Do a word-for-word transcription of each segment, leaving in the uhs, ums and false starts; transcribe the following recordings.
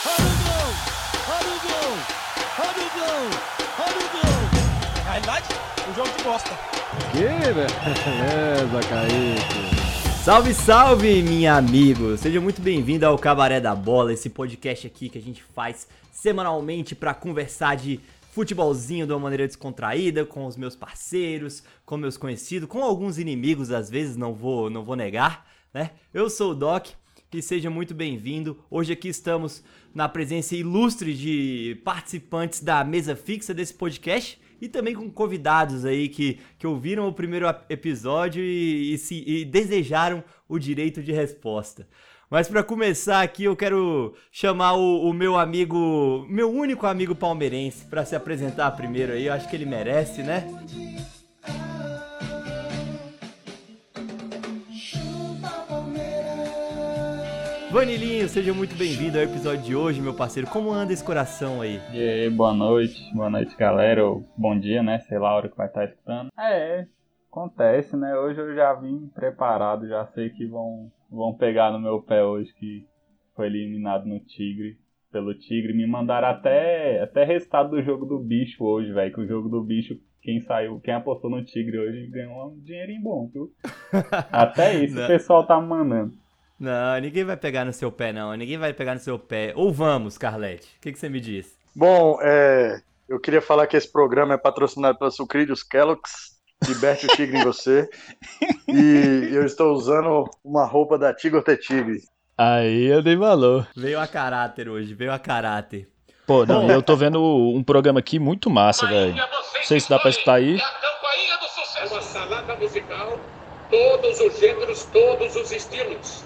Olha o gol! Olha o gol! Olha o gol! Olha o gol! Na realidade, um jogo de bosta. Que beleza, Kaique. Salve, salve, minha amigo! Seja muito bem-vindo ao Cabaré da Bola, esse podcast aqui que a gente faz semanalmente para conversar de futebolzinho de uma maneira descontraída, com os meus parceiros, com meus conhecidos, com alguns inimigos às vezes, não vou, não vou negar, né? Eu sou o Doc e seja muito bem-vindo. Hoje aqui estamos na presença ilustre de participantes da mesa fixa desse podcast e também com convidados aí que, que ouviram o primeiro episódio e, e, se, e desejaram o direito de resposta. Mas para começar aqui eu quero chamar o, o meu amigo, meu único amigo palmeirense para se apresentar primeiro aí, eu acho que ele merece, né? Vanilinho, seja muito bem-vindo ao episódio de hoje, meu parceiro. Como anda esse coração aí? E aí, boa noite, boa noite, galera, ou bom dia, né, sei lá a hora que vai estar escutando. É, acontece, né, hoje eu já vim preparado, já sei que vão, vão pegar no meu pé hoje, que foi eliminado no Tigre, pelo Tigre. Me mandaram até, até resultado do jogo do bicho hoje, velho, que o jogo do bicho, quem saiu, quem apostou no Tigre hoje ganhou um dinheirinho bom, viu? Até isso o pessoal tá me mandando. Não, ninguém vai pegar no seu pé, não. Ninguém vai pegar no seu pé. Ou vamos, Carlete? O que, que você me diz? Bom, é, eu queria falar que esse programa é patrocinado pela Sucrilhos Kellogg's. Liberte o tigre em você. E eu estou usando uma roupa da Tigre Te Tigre. Aí eu dei valor. Veio a caráter hoje, veio a caráter. Pô, não, eu tô vendo um programa aqui muito massa, velho. Não sei se dá pra escutar aí. A campainha do sucesso. Uma salada musical, todos os gêneros, todos os estilos.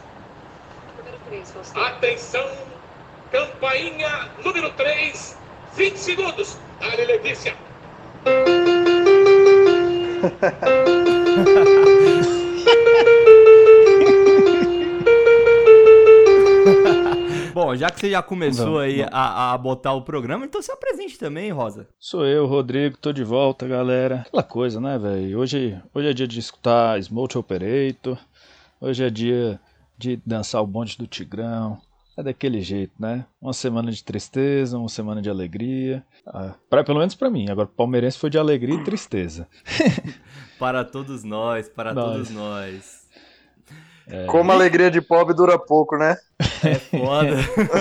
Atenção, campainha número três, vinte segundos. Dale, Letícia. Bom, já que você já começou não, aí não. A, a botar o programa, então se apresente também, Rosa. Sou eu, Rodrigo, tô de volta, galera. Aquela coisa, né, velho? Hoje, hoje é dia de escutar Smooth Operator. Hoje é dia de dançar o bonde do Tigrão. É daquele jeito, né? Uma semana de tristeza, uma semana de alegria. Ah, pra, pelo menos pra mim. Agora, o palmeirense foi de alegria e tristeza. Para todos nós, para nós. todos nós. É. Como a alegria de pobre dura pouco, né? É foda.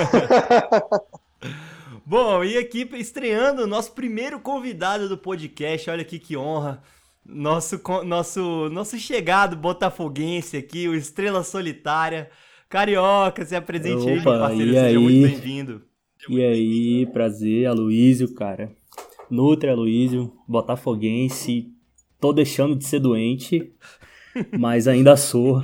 Bom, e aqui estreando o nosso primeiro convidado do podcast. Olha aqui que honra. Nosso, nosso, nosso chegado botafoguense aqui, o Estrela Solitária. Carioca, se apresente. Opa, aí, meu parceiro, seja aí? Muito bem-vindo. E aí, prazer, Aloísio, cara. Nutre, Aloísio, botafoguense. Tô deixando de ser doente, mas ainda sou.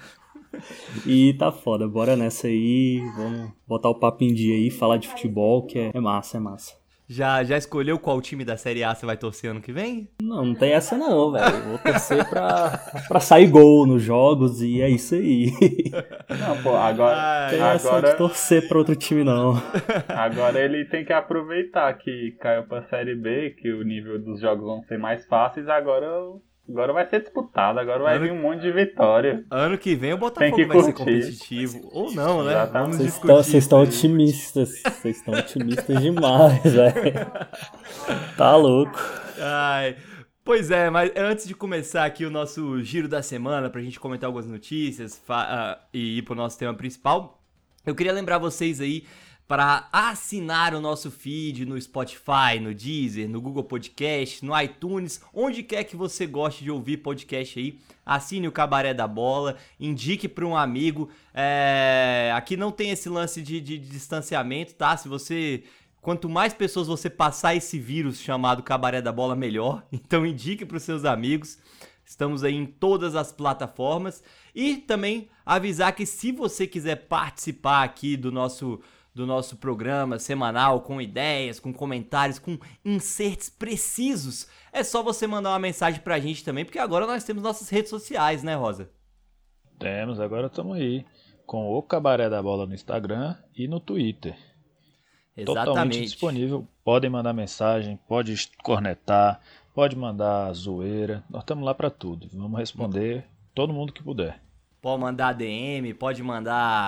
E tá foda, bora nessa aí, vamos botar o papo em dia aí, falar de futebol, que é, é massa, é massa. Já, já escolheu qual time da Série A você vai torcer ano que vem? Não, não tem essa não, velho. Vou torcer pra, pra sair gol nos jogos e é isso aí. Não, pô, agora... Não tem agora... essa de torcer pra outro time, não. Agora ele tem que aproveitar que caiu pra Série B, que o nível dos jogos vão ser mais fáceis, agora... Agora vai ser disputado, agora vai ano... vir um monte de vitória. Ano que vem o Botafogo vai ser competitivo. Ou não, né? Exatamente. Vamos discutir. Vocês estão otimistas. Vocês estão otimistas demais, velho. Tá louco. Ai. Pois é, mas antes de começar aqui o nosso giro da semana, pra gente comentar algumas notícias fa- uh, e ir pro nosso tema principal, eu queria lembrar vocês aí para assinar o nosso feed no Spotify, no Deezer, no Google Podcast, no iTunes, onde quer que você goste de ouvir podcast aí, assine o Cabaré da Bola, indique para um amigo. É... Aqui não tem esse lance de, de, de distanciamento, tá? Se você... Quanto mais pessoas você passar esse vírus chamado Cabaré da Bola, melhor. Então indique para os seus amigos. Estamos aí em todas as plataformas. E também avisar que se você quiser participar aqui do nosso... do nosso programa semanal, com ideias, com comentários, com inserts precisos, é só você mandar uma mensagem pra gente também, porque agora nós temos nossas redes sociais, né, Rosa? Temos, agora estamos aí, com o Cabaré da Bola no Instagram e no Twitter. Exatamente. Totalmente disponível, podem mandar mensagem, pode cornetar, pode mandar zoeira, nós estamos lá pra tudo, vamos responder todo mundo que puder. Pode mandar D M, pode mandar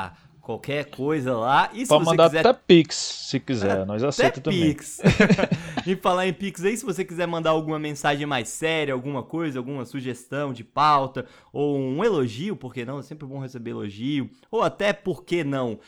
qualquer coisa lá. E se Pode você mandar quiser... até Pix, se quiser, nós aceitamos também. Pix. E falar em Pix aí, se você quiser mandar alguma mensagem mais séria, alguma coisa, alguma sugestão de pauta, ou um elogio, por que não? É sempre bom receber elogio. Ou até, por que não,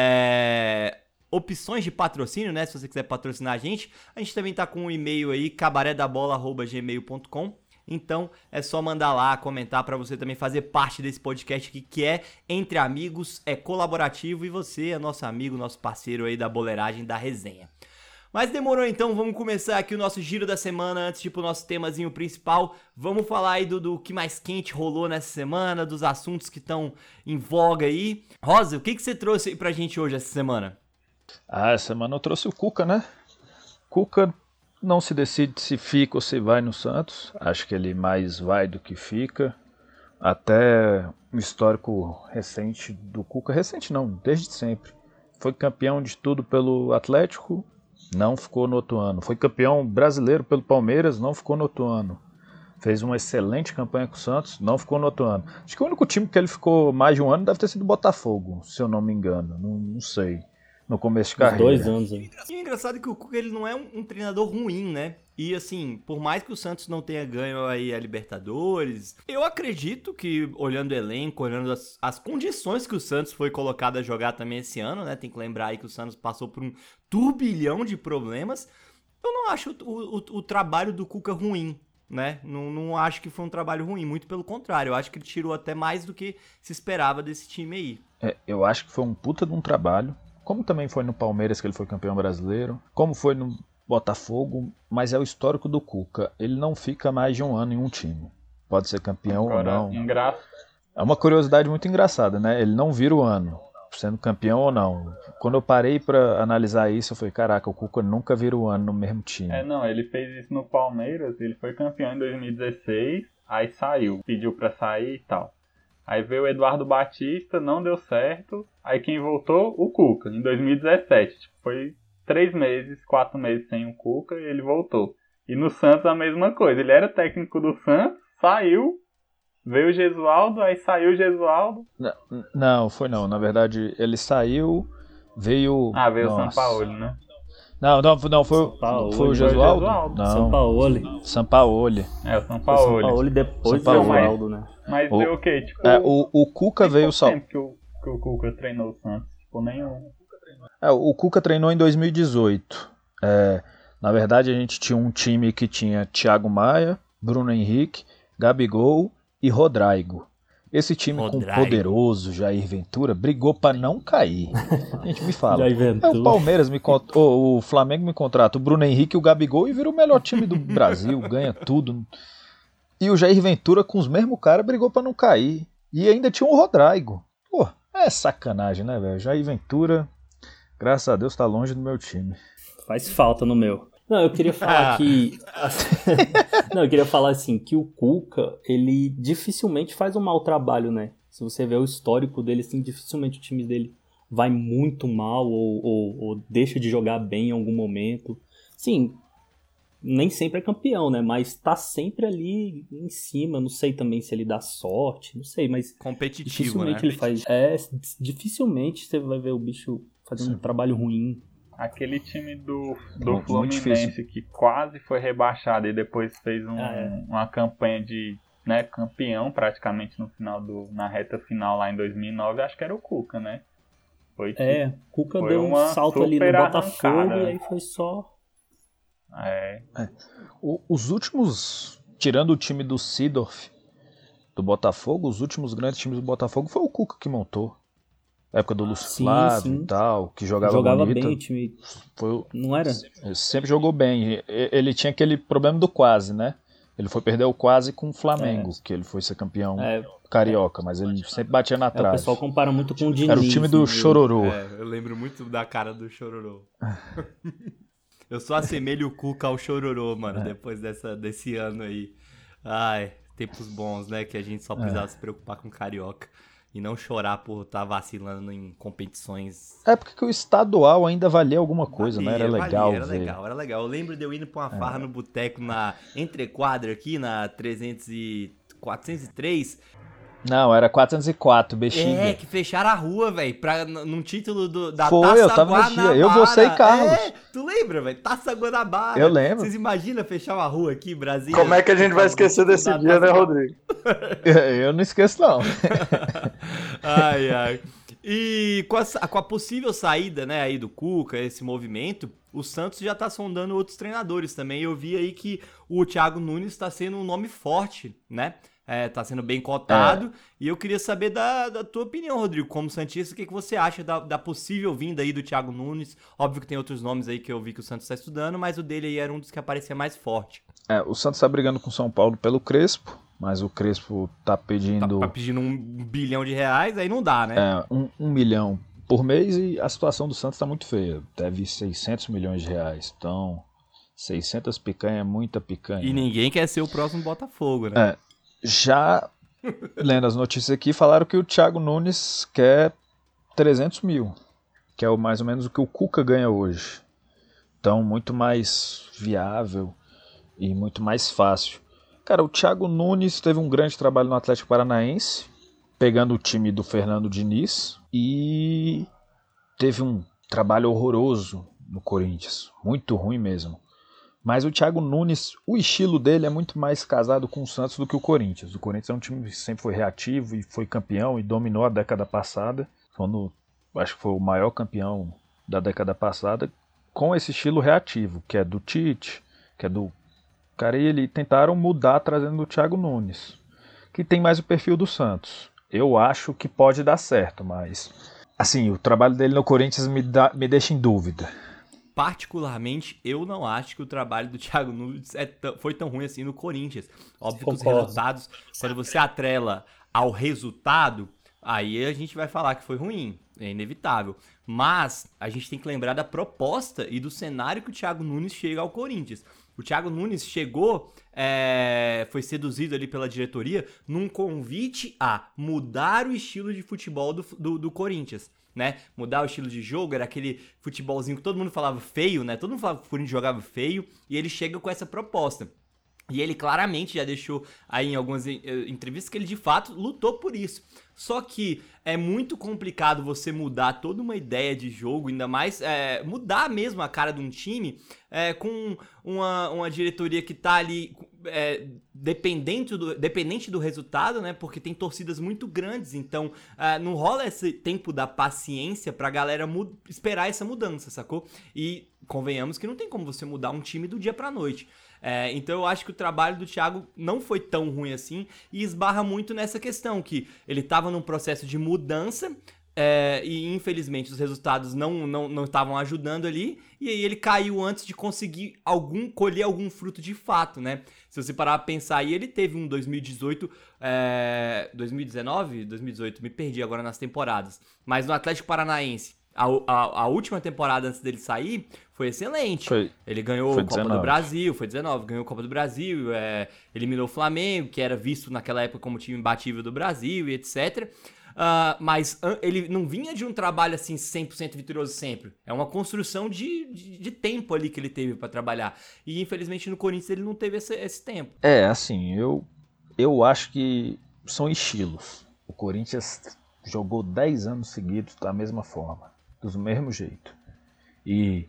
é... opções de patrocínio, né? Se você quiser patrocinar a gente, a gente também tá com um e-mail aí, cabaredabola arroba gmail ponto com. Então é só mandar lá, comentar para você também fazer parte desse podcast aqui, que é Entre Amigos, é colaborativo e você é nosso amigo, nosso parceiro aí da boleiragem, da resenha. Mas demorou então, vamos começar aqui o nosso giro da semana, antes de ir pro nosso temazinho principal. Vamos falar aí do, do que mais quente rolou nessa semana, dos assuntos que estão em voga aí. Rosa, o que, que você trouxe aí pra gente hoje essa semana? Ah, essa semana eu trouxe o Cuca, né? Cuca não se decide se fica ou se vai no Santos. Acho que ele mais vai do que fica. Até o histórico recente do Cuca, recente não, desde sempre. Foi campeão de tudo pelo Atlético, não ficou no outro ano. Foi campeão brasileiro pelo Palmeiras, não ficou no outro ano. Fez uma excelente campanha com o Santos, não ficou no outro ano. Acho que o único time que ele ficou mais de um ano deve ter sido o Botafogo, se eu não me engano. Não, não sei. No começo de carreira. Dois anos aí. E o engraçado é que o Cuca ele não é um, um treinador ruim, né? E assim, por mais que o Santos não tenha ganho aí a Libertadores, eu acredito que, olhando o elenco, olhando as, as condições que o Santos foi colocado a jogar também esse ano, né? Tem que lembrar aí que o Santos passou por um turbilhão de problemas. Eu não acho o, o, o trabalho do Cuca ruim, né? Não, não acho que foi um trabalho ruim, muito pelo contrário. Eu acho que ele tirou até mais do que se esperava desse time aí. É, eu acho que foi um puta de um trabalho. Como também foi no Palmeiras que ele foi campeão brasileiro, como foi no Botafogo, mas é o histórico do Cuca. Ele não fica mais de um ano em um time. Pode ser campeão Agora, ou não. Engra... É uma curiosidade muito engraçada, né? Ele não vira o ano, sendo campeão ou não. Quando eu parei pra analisar isso, eu falei, caraca, o Cuca nunca vira o ano no mesmo time. É, não, ele fez isso no Palmeiras, ele foi campeão em dois mil e dezesseis, aí saiu, pediu pra sair e tal. Aí veio o Eduardo Batista, não deu certo. Aí quem voltou? O Cuca, em dois mil e dezessete. Tipo, foi três meses, quatro meses sem o Cuca e ele voltou. E no Santos a mesma coisa. Ele era técnico do Santos, saiu, veio o Gesualdo, aí saiu o Gesualdo. Não, não, foi não. Na verdade, ele saiu, veio... Ah, veio Nossa. o Sampaoli, né? Não, não, não foi, Sampaoli. foi o Gesualdo? Foi o Gesualdo. Não, Sampaoli. Sampaoli. É, o Foi Sampaoli. Sampaoli depois do Sampaoli. Gesualdo, né? Mas O- deu o quê? Tipo, É, o, o Cuca tem veio... pouco Sal... tempo que o, que o Cuca treinou o Santos. Tipo, nenhum. É, o Cuca treinou em dois mil e dezoito. É, na verdade, a gente tinha um time que tinha Thiago Maia, Bruno Henrique, Gabigol e Rodrigo. Esse time com o Rodrigo. poderoso Jair Ventura brigou pra não cair. A gente me fala. Jair É, Ventura. o Palmeiras me cont... o, o Flamengo me contrata o Bruno Henrique e o Gabigol e vira o melhor time do Brasil, ganha tudo. E o Jair Ventura com os mesmos caras brigou pra não cair. E ainda tinha o Rodrigo. Pô, é sacanagem, né, velho? Jair Ventura, graças a Deus, tá longe do meu time. Faz falta no meu. Não, eu queria falar que... Não, eu queria falar assim, que o Cuca, ele dificilmente faz um mau trabalho, né? Se você ver o histórico dele, assim, dificilmente o time dele vai muito mal ou, ou, ou deixa de jogar bem em algum momento. Sim, nem sempre é campeão, né? Mas tá sempre ali em cima. Não sei também se ele dá sorte, não sei, mas Competitivo, dificilmente né? ele faz... É, dificilmente você vai ver o bicho fazendo um trabalho ruim. Aquele time do, do Muito Fluminense difícil. que quase foi rebaixado e depois fez um- Ah, é. uma campanha de, né, campeão praticamente no final do, na reta final lá em dois mil e nove, acho que era o Cuca, né? Foi tipo, É, Cuca Foi deu um uma salto ali no super Botafogo arrancada. e aí foi só... é, O- os últimos, tirando o time do Seedorf, do Botafogo, os últimos grandes times do Botafogo foi o Cuca que montou. Época do Lúcio Sim, Flávio sim. e tal, que jogava, Jogava bonito. bem o time, Foi, o- não era? ele sempre jogou bem. E- Ele tinha aquele problema do quase, né? Ele foi perder o quase com o Flamengo, que ele foi ser campeão É, carioca, mas ele sempre batia na é, o trave. pessoal compara muito com o Diniz. Era o time do né? Chororô. É, eu lembro muito da cara do Chororô. Eu só assemelho o Cuca ao Chororô, mano, depois dessa, desse ano aí. Ai, tempos bons, né? Que a gente só precisava se preocupar com carioca. E não chorar por estar vacilando em competições. É porque o estadual ainda valia alguma coisa, né? Era Valia, legal valia, Era ver. legal, era legal. Eu lembro de eu indo pra uma farra no boteco na entrequadra aqui, na trezentos e quatrocentos e três. Não, era quatrocentos e quatro, Bexiga. É, que fecharam a rua, velho, pra n- num título do, da Foi, Taça eu tava nesse dia. Guanabara. Eu, você e Carlos. É, tu lembra, velho? Taça Guanabara. Eu lembro. Vocês imaginam fechar uma rua aqui, Brasília? Como é que a gente vai esquecer desse Da dia, Taça né, Rodrigo? Eu não esqueço, não. Ai, ai. E com a, sa- com a possível saída, né, aí do Cuca, esse movimento, o Santos já tá sondando outros treinadores também. Eu vi aí que o Thiago Nunes tá sendo um nome forte, né? É, tá sendo bem cotado. E eu queria saber da, da tua opinião, Rodrigo, como santista, o que, que você acha da, da possível vinda aí do Thiago Nunes? Óbvio que tem outros nomes aí que eu vi que o Santos tá estudando, mas o dele aí era um dos que aparecia mais forte. É, o Santos tá brigando com o São Paulo pelo Crespo, mas o Crespo tá Tá, pedindo tá pedindo um bilhão de reais, aí não dá, né? é, um, um milhão por mês e a situação do Santos tá muito feia. Deve seiscentos milhões de reais. Então, seiscentas picanha é muita picanha. E ninguém quer ser o próximo Botafogo, né? É, já lendo as notícias aqui, falaram que o Thiago Nunes quer trezentos mil, que é o, mais ou menos o que o Cuca ganha hoje. Então, muito mais viável e muito mais fácil. Cara, o Thiago Nunes teve um grande trabalho no Atlético Paranaense, pegando o time do Fernando Diniz, e teve um trabalho horroroso no Corinthians, muito ruim mesmo. Mas o Thiago Nunes, o estilo dele é muito mais casado com o Santos do que o Corinthians. O Corinthians é um time que sempre foi reativo e foi campeão e dominou a década passada. Quando, acho que foi o maior campeão da década passada, com esse estilo reativo, que é do Tite, que é do Carille. Tentaram mudar trazendo o Thiago Nunes, que tem mais o perfil do Santos. Eu acho que pode dar certo, mas assim, o trabalho dele no Corinthians me, dá, me deixa em dúvida. Particularmente, eu não acho que o trabalho do Thiago Nunes é tão- foi tão ruim assim no Corinthians. Óbvio que os Concordo. resultados, quando você atrela ao resultado, aí a gente vai falar que foi ruim, é inevitável. Mas a gente tem que lembrar da proposta e do cenário que o Thiago Nunes chega ao Corinthians. O Thiago Nunes chegou, é, foi seduzido ali pela diretoria num convite a mudar o estilo de futebol do, do, do Corinthians. Né? Mudar o estilo de jogo, era aquele futebolzinho que todo mundo falava feio, né? Todo mundo falava que o Corinthians jogava feio, e ele chega com essa proposta. E ele claramente já deixou aí em algumas eh, entrevistas que ele de fato lutou por isso. Só que é muito complicado você mudar toda uma ideia de jogo, ainda mais é, mudar mesmo a cara de um time é, com uma, uma diretoria que tá ali é, dependente, do, dependente do resultado, né? Porque tem torcidas muito grandes, então é, não rola esse tempo da paciência pra galera mu- esperar essa mudança, sacou? E convenhamos que não tem como você mudar um time do dia pra noite. É, então eu acho que o trabalho do Thiago não foi tão ruim assim e esbarra muito nessa questão que ele estava num processo de mudança é, e infelizmente os resultados não não não estavam ajudando ali e aí ele caiu antes de conseguir algum colher algum fruto de fato, né? Se você parar pra pensar aí, ele teve um dois mil e dezoito, é, dois mil e dezenove, dois mil e dezoito, me perdi agora nas temporadas, mas no Atlético Paranaense A, a, a última temporada antes dele sair foi excelente. Foi, ele ganhou foi a Copa dezenove. do Brasil, foi dezenove, ganhou a Copa do Brasil, é, eliminou o Flamengo, que era visto naquela época como time imbatível do Brasil e etcétera. Uh, mas an- ele não vinha de um trabalho assim cem por cento vitorioso sempre. É uma construção de, de, de tempo ali que ele teve pra trabalhar. E infelizmente no Corinthians ele não teve esse, esse tempo. É, assim, eu, eu acho que são estilos. O Corinthians jogou dez anos seguidos da mesma forma, do mesmo jeito. E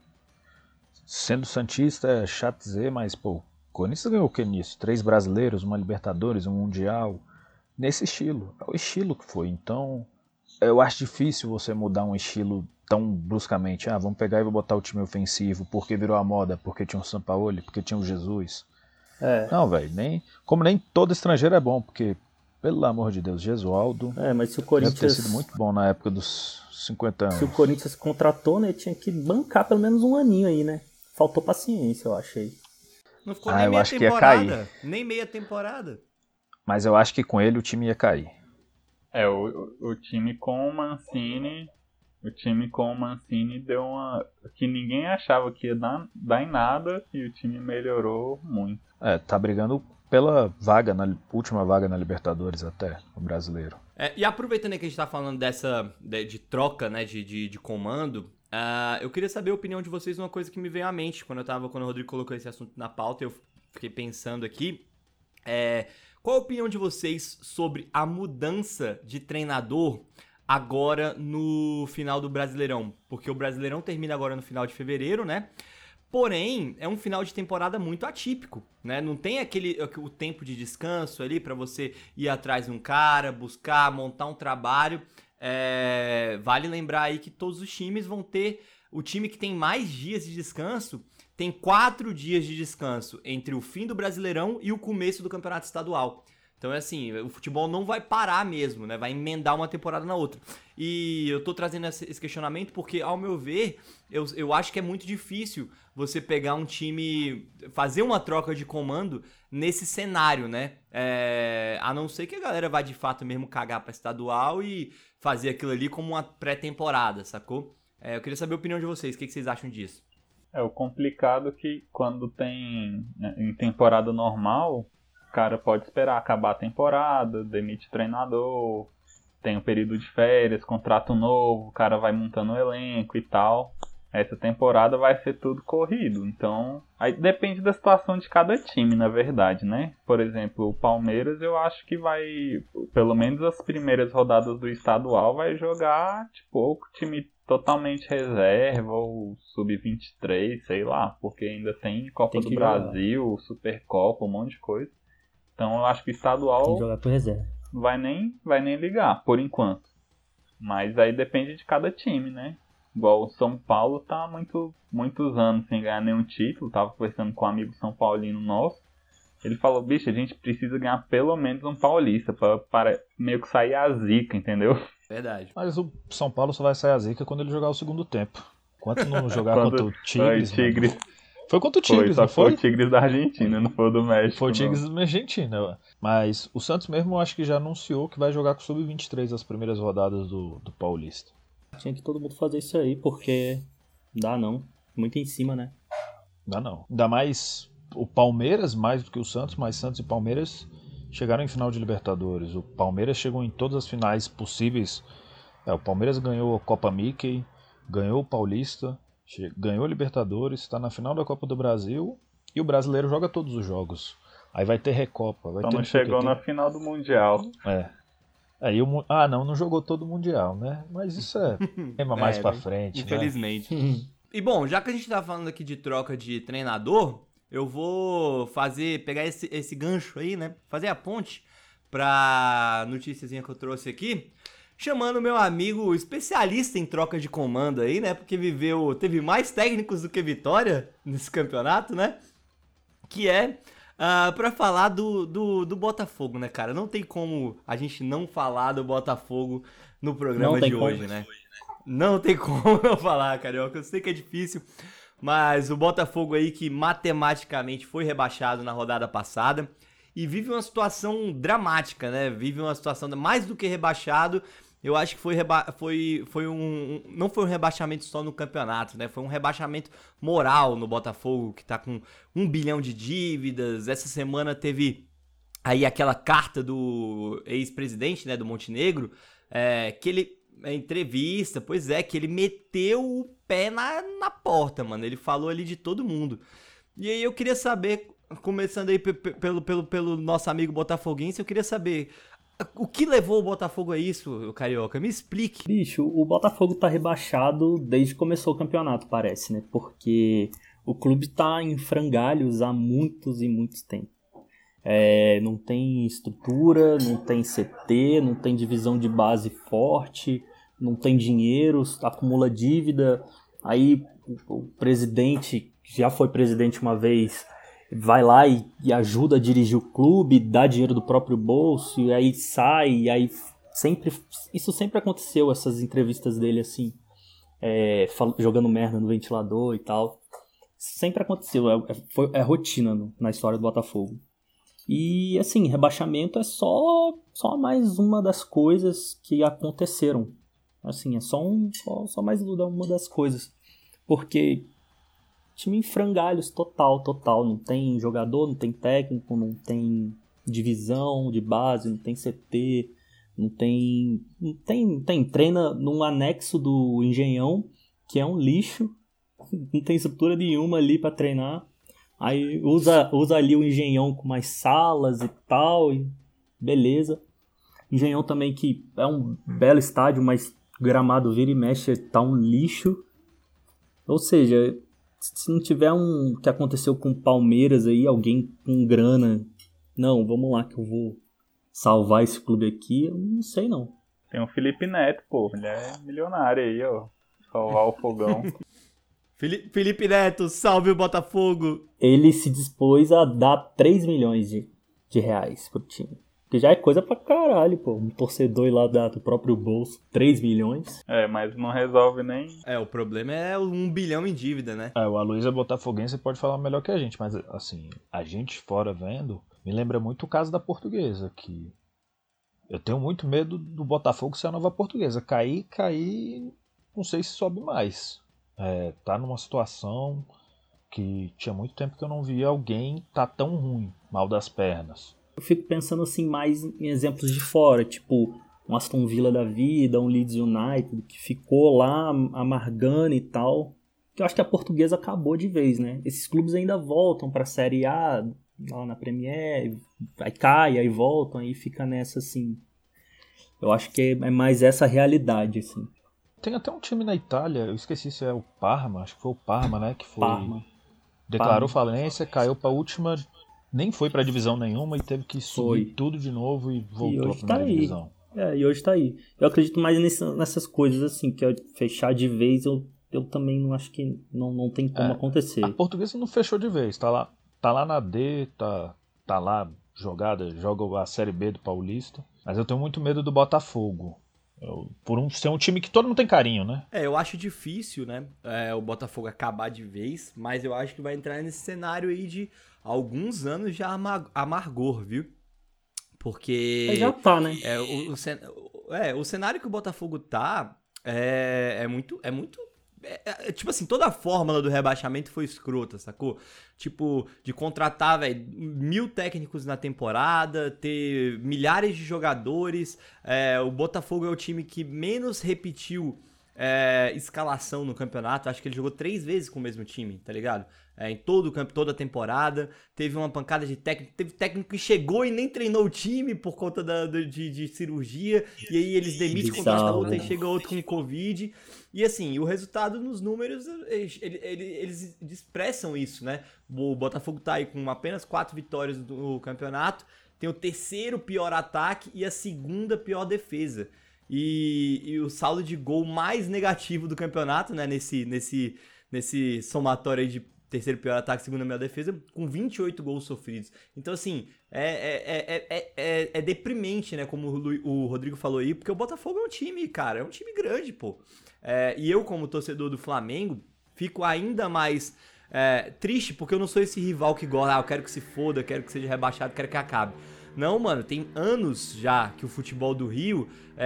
sendo santista é chato dizer, mas pô, o Corinthians ganhou o que nisso? Três brasileiros, uma Libertadores, um Mundial, nesse estilo. É o estilo que foi. Então, eu acho difícil você mudar um estilo tão bruscamente. Ah, vamos pegar e vou botar o time ofensivo porque virou a moda, porque tinha o Sampaoli, porque tinha o Jesus. É. Não, velho, nem, como nem todo estrangeiro é bom, porque, pelo amor de Deus, Gesualdo É, mas se o deve ter Corinthians. sido muito bom na época dos cinquenta anos. Se o Corinthians contratou, né, tinha que bancar pelo menos um aninho aí, né? Faltou paciência, eu achei. Não ficou Ah, nem eu meia acho que ia temporada. Nem meia temporada. Mas eu acho que com ele o time ia cair. É, o, o, o time com o Mancini, o time com o Mancini deu uma... que ninguém achava que ia dar, dar em nada e o time melhorou muito. É, tá brigando pela vaga, na última vaga na Libertadores até, o brasileiro. É, e aproveitando aí que a gente tá falando dessa, de, de troca, né, de, de, de comando, uh, eu queria saber a opinião de vocês numa coisa que me veio à mente quando eu tava, quando o Rodrigo colocou esse assunto na pauta, eu fiquei pensando aqui, é, Qual a opinião de vocês sobre a mudança de treinador agora no final do Brasileirão? Porque o Brasileirão termina agora no final de fevereiro, né? Porém, é um final de temporada muito atípico, né? Não tem aquele o tempo de descanso ali para você ir atrás de um cara, buscar, montar um trabalho. É... Vale lembrar aí que todos os times vão ter... O time que tem mais dias de descanso tem quatro dias de descanso entre o fim do Brasileirão e o começo do Campeonato Estadual. Então é assim, o futebol não vai parar mesmo, né? Vai emendar uma temporada na outra. E eu tô trazendo esse questionamento porque, ao meu ver, eu, eu acho que é muito difícil você pegar um time, fazer uma troca de comando nesse cenário, né? É, a não ser que a galera vá de fato mesmo cagar pra estadual e fazer aquilo ali como uma pré-temporada, sacou? É, eu queria saber a opinião de vocês, o que, que vocês acham disso? É, o complicado é que quando tem, né, em temporada normal, o cara pode esperar acabar a temporada, demite o treinador, tem um período de férias, contrato novo, o cara vai montando o elenco e tal. Essa temporada vai ser tudo corrido, então aí depende da situação de cada time, na verdade, né? Por exemplo, o Palmeiras eu acho que vai, pelo menos as primeiras rodadas do estadual, vai jogar tipo o time totalmente reserva ou sub vinte e três, sei lá, porque ainda tem Copa Tem que do jogar. Brasil, Supercopa, um monte de coisa. Então eu acho que o estadual Tem que jogar por reserva. vai nem, vai nem ligar, por enquanto. Mas aí depende de cada time, né? Igual o São Paulo tá há muito, muitos anos sem ganhar nenhum título. Tava conversando com um amigo São Paulino nosso. Ele falou, bicho, a gente precisa ganhar pelo menos um paulista pra, para meio que sair a zica, entendeu? Verdade. Mas o São Paulo só vai sair a zica quando ele jogar o segundo tempo. Enquanto não jogar Quando- contra o Tigres... Foi, Tigres. mano. Foi contra o Foi, Tigres, só não que foi foi? o Tigres da Argentina, não foi o do México. Foi o não. Tigres da Argentina. ué. Mas o Santos mesmo, eu acho que já anunciou que vai jogar com o sub vinte e três as primeiras rodadas do, do Paulista. Tinha que todo mundo fazer isso aí, porque dá não. Muito em cima, né? Dá não. Ainda mais o Palmeiras, mais do que o Santos, mas Santos e Palmeiras chegaram em final de Libertadores. O Palmeiras chegou em todas as finais possíveis. É, o Palmeiras ganhou a Copa Mickey, ganhou o Paulista, che- ganhou a Libertadores, está na final da Copa do Brasil e o brasileiro joga todos os jogos. Aí vai ter Recopa, vai Só ter não não sei o que, chegou tem- na final do Mundial. É. Aí o Mu- ah, não, não jogou todo o Mundial, né? Mas isso é tema mais É, pra né? frente, né? Infelizmente. E bom, já que a gente tá falando aqui de troca de treinador, eu vou fazer, pegar esse, esse gancho aí, né? Fazer a ponte pra noticiazinha que eu trouxe aqui, chamando meu amigo especialista em troca de comando aí, né? Porque viveu, teve mais técnicos do que vitória nesse campeonato, né? Que é ah, pra falar do, do, do Botafogo, né, cara? Não tem como a gente não falar do Botafogo no programa Não tem de como. hoje, né? Não tem como não falar, Carioca. Eu sei que é difícil, mas o Botafogo aí que matematicamente foi rebaixado na rodada passada e vive uma situação dramática, né? Vive uma situação mais do que rebaixado. Eu acho que foi, reba- foi, foi um, um- não foi um rebaixamento só no campeonato, né? Foi um rebaixamento moral no Botafogo, que tá com um bilhão de dívidas. Essa semana teve aí aquela carta do ex-presidente, né, do Montenegro, é, que ele, em entrevista, pois é, que ele meteu o pé na, na porta, mano. Ele falou ali de todo mundo. E aí eu queria saber, começando aí pe- pe- pelo, pelo, pelo nosso amigo botafoguense, eu queria saber o que levou o Botafogo a isso, Carioca? Me explique. Bicho, o Botafogo tá rebaixado desde que começou o campeonato, parece, né? Porque o clube tá em frangalhos há muitos e muitos tempos. É, não tem estrutura, não tem C T, não tem divisão de base forte, não tem dinheiro, acumula dívida. Aí o, o presidente, que já foi presidente uma vez, vai lá e, e ajuda a dirigir o clube, dá dinheiro do próprio bolso, e aí sai, e aí sempre, isso sempre aconteceu, essas entrevistas dele assim, é, fal- jogando merda no ventilador e tal. Sempre aconteceu, é, é, foi, é rotina no- na história do Botafogo. E assim, rebaixamento é só, só mais uma das coisas que aconteceram. Assim, é só, um, só, só mais uma das coisas. Porque time em frangalhos total, total. Não tem jogador, não tem técnico, não tem divisão de base, não tem C T, não tem... Não tem, tem treina num anexo do Engenhão, que é um lixo. Não tem estrutura nenhuma ali pra treinar. Aí usa, usa ali o Engenhão com mais salas e tal, e beleza. Engenhão também que é um belo estádio, mas gramado vira e mexe, tá um lixo. Ou seja, se não tiver um que aconteceu com o Palmeiras aí, alguém com grana, não, vamos lá que eu vou salvar esse clube aqui, eu não sei não. Tem o Felipe Neto, pô, ele é milionário aí, ó. Salvar o fogão. Felipe Neto, salve o Botafogo! Ele se dispôs a dar três milhões de, de reais pro time. Que já é coisa pra caralho, pô. Um torcedor ir lá dar do próprio bolso três milhões. É, mas não resolve nem... É, o problema é um bilhão em dívida, né? É, o Aloysio é botafoguense, pode falar melhor que a gente, mas assim, a gente fora vendo, me lembra muito o caso da Portuguesa, que eu tenho muito medo do Botafogo ser a nova Portuguesa. Cair, cair, não sei se sobe mais. É, tá numa situação que tinha muito tempo que eu não via alguém tá tão ruim, mal das pernas. Eu fico pensando assim mais em exemplos de fora, tipo um Aston Villa da vida, um Leeds United, que ficou lá amargando e tal. Que eu acho que a Portuguesa acabou de vez, né? Esses clubes ainda voltam pra Série A, lá na Premier, aí cai, aí voltam, aí fica nessa assim. Eu acho que é mais essa realidade, assim. Tem até um time na Itália, eu esqueci se é o Parma, acho que foi o Parma, né? Que foi. Parma. Declarou Parma. falência, caiu pra última, nem foi pra divisão nenhuma e teve que subir Foi. tudo de novo e voltou E à hoje primeira tá aí. divisão. É, e hoje tá aí. Eu acredito mais nessa, nessas coisas, assim, que é fechar de vez, eu, eu também não acho que não, não tem como É, acontecer. A Portuguesa não fechou de vez, tá lá, tá lá na D, tá, tá lá jogada, joga a Série B do Paulista. Mas eu tenho muito medo do Botafogo. Eu, por um, ser um time que todo mundo tem carinho, né? É, eu acho difícil, né, é, o Botafogo acabar de vez, mas eu acho que vai entrar nesse cenário aí de alguns anos de ama- amargor, viu? Porque... Mas já tá, né? É o, o, cen- é, o cenário que o Botafogo tá é, é muito... É muito é, é, tipo assim, toda a fórmula do rebaixamento foi escrota, sacou? Tipo, de contratar, velho, mil técnicos na temporada, ter milhares de jogadores. É, o Botafogo é o time que menos repetiu é, escalação no campeonato. Acho que ele jogou três vezes com o mesmo time, tá ligado? É, em todo o campo, toda a temporada. Teve uma pancada de técnico. Teve técnico que chegou e nem treinou o time por conta da, do- de, de cirurgia. E aí eles demitem, contratam Bizarro, outro, aí né? chega outro com Covid. E assim, o resultado nos números, eles, eles, eles expressam isso, né? O Botafogo tá aí com apenas quatro vitórias no campeonato. Tem o terceiro pior ataque e a segunda pior defesa. E, e o saldo de gol mais negativo do campeonato, né? Nesse, nesse, nesse somatório aí de terceiro pior ataque, segunda melhor defesa, com vinte e oito gols sofridos. Então, assim, é, é, é, é, é, é deprimente, né? Como o, Lu, o Rodrigo falou aí, porque o Botafogo é um time, cara, é um time grande, pô. É, e eu, como torcedor do Flamengo, fico ainda mais é, triste, porque eu não sou esse rival que gosta, ah, eu quero que se foda, eu quero que seja rebaixado, eu quero que acabe. Não, mano, tem anos já que o futebol do Rio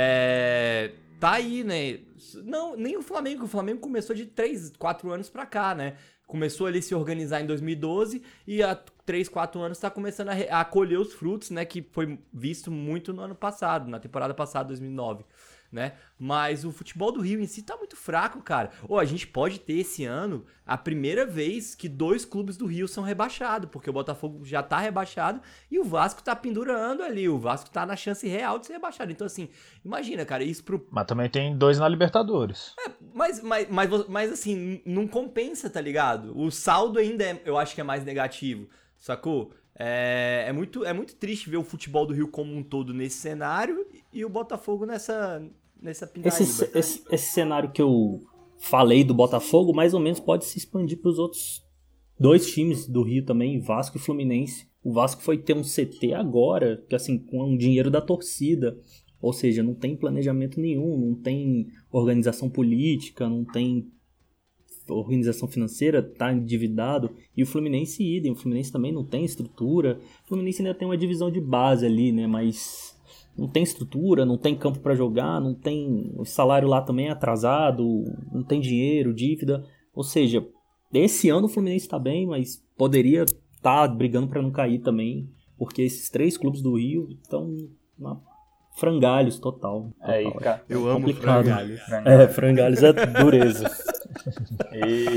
é, tá aí, né? Não, nem o Flamengo, o Flamengo começou de três, quatro anos pra cá, né? Começou ali a se organizar em dois mil e doze e há três, quatro anos tá começando a, re- a colher os frutos, né? Que foi visto muito no ano passado, na temporada passada, dois mil e nove. Né? Mas o futebol do Rio em si tá muito fraco, cara. Ou a gente pode ter esse ano a primeira vez que dois clubes do Rio são rebaixados, porque o Botafogo já tá rebaixado e o Vasco tá pendurando ali. O Vasco tá na chance real de ser rebaixado. Então, assim, imagina, cara, isso pro. Mas também tem dois na Libertadores. É, mas, mas, mas, mas, assim, não compensa, tá ligado? O saldo ainda é, eu acho que é mais negativo, sacou? É, é, muito, é muito triste ver o futebol do Rio como um todo nesse cenário e o Botafogo nessa, nessa pindaíba. Esse, esse, esse cenário que eu falei do Botafogo, mais ou menos pode se expandir para os outros dois times do Rio também, Vasco e Fluminense. O Vasco foi ter um C T agora, que assim, com o dinheiro da torcida. Ou seja, não tem planejamento nenhum, não tem organização política, não tem organização financeira, tá endividado. E o Fluminense idem, o Fluminense também não tem estrutura. O Fluminense ainda tem uma divisão de base ali, né? Mas não tem estrutura, não tem campo para jogar, não tem... O salário lá também é atrasado, não tem dinheiro, dívida. Ou seja, esse ano o Fluminense tá bem, mas poderia estar tá brigando para não cair também, porque esses três clubes do Rio estão na frangalhos total. total. É isso, cara. Eu amo complicado. frangalhos. É, frangalhos é dureza. E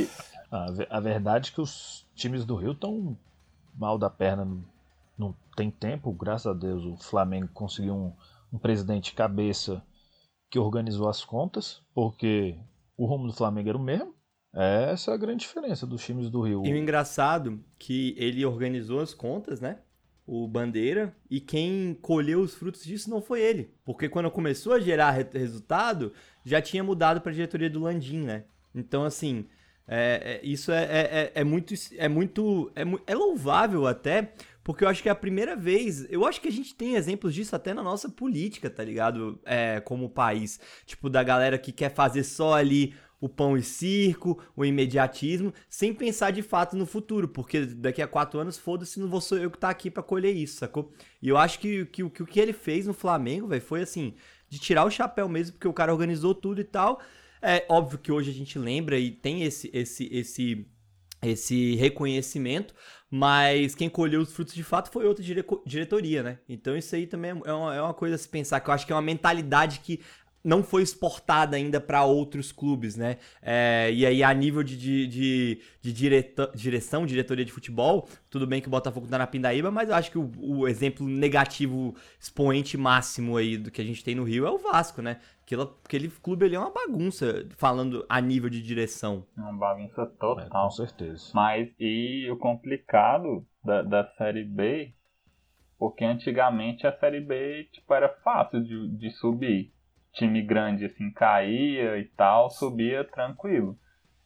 A, ve- a verdade é que os times do Rio estão mal da perna, não, não tem tempo, graças a Deus o Flamengo conseguiu um, um presidente cabeça que organizou as contas, porque o rumo do Flamengo era o mesmo. Essa é a grande diferença dos times do Rio. E o engraçado que ele organizou as contas, né? O Bandeira, e quem colheu os frutos disso não foi ele. Porque quando começou a gerar re- resultado, já tinha mudado para a diretoria do Landim, né? Então, assim, é, é- isso é, é, é- é muito, é muito, é, mu- é louvável até, porque eu acho que é a primeira vez, eu acho que a gente tem exemplos disso até na nossa política, tá ligado? É, como país, tipo, da galera que quer fazer só ali o pão e circo, o imediatismo, sem pensar de fato no futuro, porque daqui a quatro anos, foda-se, não vou ser eu que tá aqui pra colher isso, sacou? E eu acho que, que, que o que ele fez no Flamengo, velho, foi assim, de tirar o chapéu mesmo, porque o cara organizou tudo e tal. É óbvio que hoje a gente lembra e tem esse, esse, esse, esse reconhecimento, mas quem colheu os frutos de fato foi outra dire- diretoria, né? Então isso aí também é uma, é uma coisa a se pensar, que eu acho que é uma mentalidade que não foi exportada ainda para outros clubes, né? É, e aí, a nível de, de, de, de direta, direção, diretoria de futebol, tudo bem que o Botafogo tá na pindaíba, mas eu acho que o, o exemplo negativo, expoente máximo aí do que a gente tem no Rio é o Vasco, né? Aquilo, aquele clube ali é uma bagunça, falando a nível de direção. Uma bagunça É, total. com certeza. Mas e o complicado da, da Série B, porque antigamente a Série B tipo, era fácil de, de subir. Time grande assim caía e tal, subia tranquilo.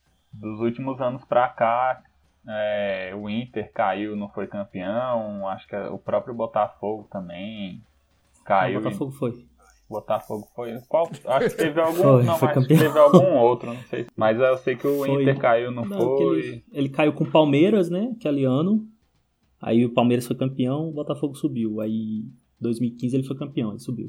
Dos últimos anos pra cá, é, o Inter caiu, não foi campeão. Acho que o próprio Botafogo também caiu. O Botafogo foi. E... Botafogo foi. Qual? Acho que teve algum. Foi, não, foi acho que campeão. teve algum outro, não sei. Mas eu sei que o Foi. Inter caiu, não, Não, foi. Ele, ele caiu com o Palmeiras, né? Aquele ano. Aí o Palmeiras foi campeão, o Botafogo subiu. Aí em dois mil e quinze ele foi campeão, ele subiu.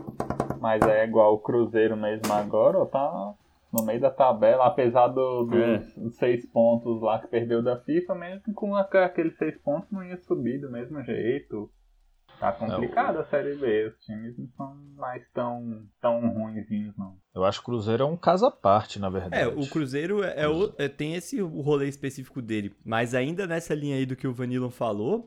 Mas é igual o Cruzeiro mesmo agora, ó, tá no meio da tabela, apesar do, dos É. dos seis pontos lá que perdeu da FIFA, mesmo com aqueles seis pontos não ia subir do mesmo jeito. Tá complicado a Série B, os times não são mais tão, tão ruinzinhos, não. Eu acho que o Cruzeiro é um caso à parte, na verdade. É, o Cruzeiro é, é o- é- tem esse o rolê específico dele, mas ainda nessa linha aí do que o Vanillon falou,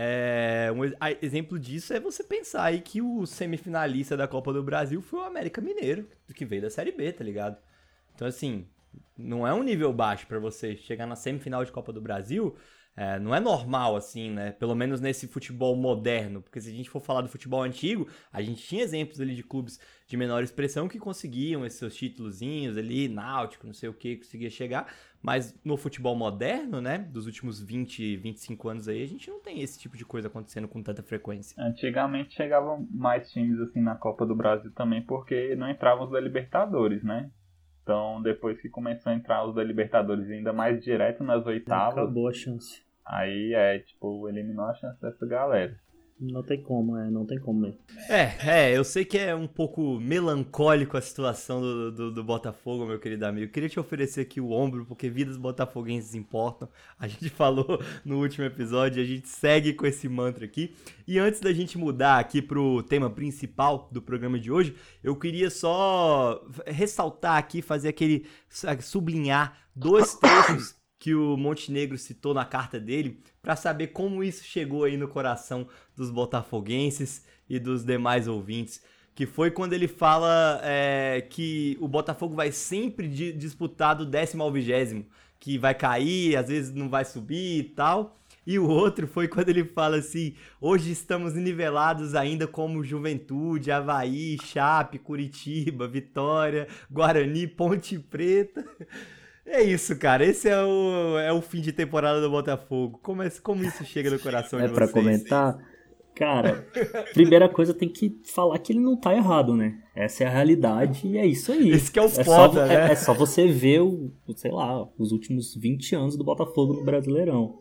é, um ex- a- exemplo disso é você pensar aí que o semifinalista da Copa do Brasil foi o América Mineiro, que veio da Série B, tá ligado? Então, assim, não é um nível baixo pra você chegar na semifinal de Copa do Brasil. É, não é normal, assim, né? Pelo menos nesse futebol moderno. Porque se a gente for falar do futebol antigo, a gente tinha exemplos ali de clubes de menor expressão que conseguiam esses seus títulozinhos ali, Náutico, não sei o que, conseguia chegar. Mas no futebol moderno, né? Dos últimos vinte, vinte e cinco anos aí, a gente não tem esse tipo de coisa acontecendo com tanta frequência. Antigamente chegavam mais times assim na Copa do Brasil também, porque não entravam os da Libertadores, né? Então, depois que começou a entrar os da Libertadores ainda mais direto nas oitavas, Acabou a chance. aí é, tipo, eliminou a chance dessa galera. Não tem como, é, não tem como mesmo. É, é, eu sei que é um pouco melancólico a situação do, do, do Botafogo, meu querido amigo. Queria te oferecer aqui o ombro, porque vidas botafoguenses importam. A gente falou no último episódio, a gente segue com esse mantra aqui. E antes da gente mudar aqui pro tema principal do programa de hoje, eu queria só ressaltar aqui, fazer aquele, sublinhar dois trechos que o Montenegro citou na carta dele, para saber como isso chegou aí no coração dos botafoguenses e dos demais ouvintes, que foi quando ele fala é, que o Botafogo vai sempre di- disputar do décimo ao vigésimo, que vai cair, às vezes não vai subir e tal. E o outro foi quando ele fala assim: hoje estamos nivelados ainda como Juventude, Avaí, Chape, Curitiba, Vitória, Guarani, Ponte Preta. É isso, cara. Esse é o, é o fim de temporada do Botafogo. Como, é, como isso chega no coração É de pra vocês? comentar? Cara, primeira coisa tem que falar que ele não tá errado, né? Essa é a realidade e é isso aí. Esse que é o só, foda, é, né? é só você ver, o, sei lá, os últimos vinte anos do Botafogo no Brasileirão.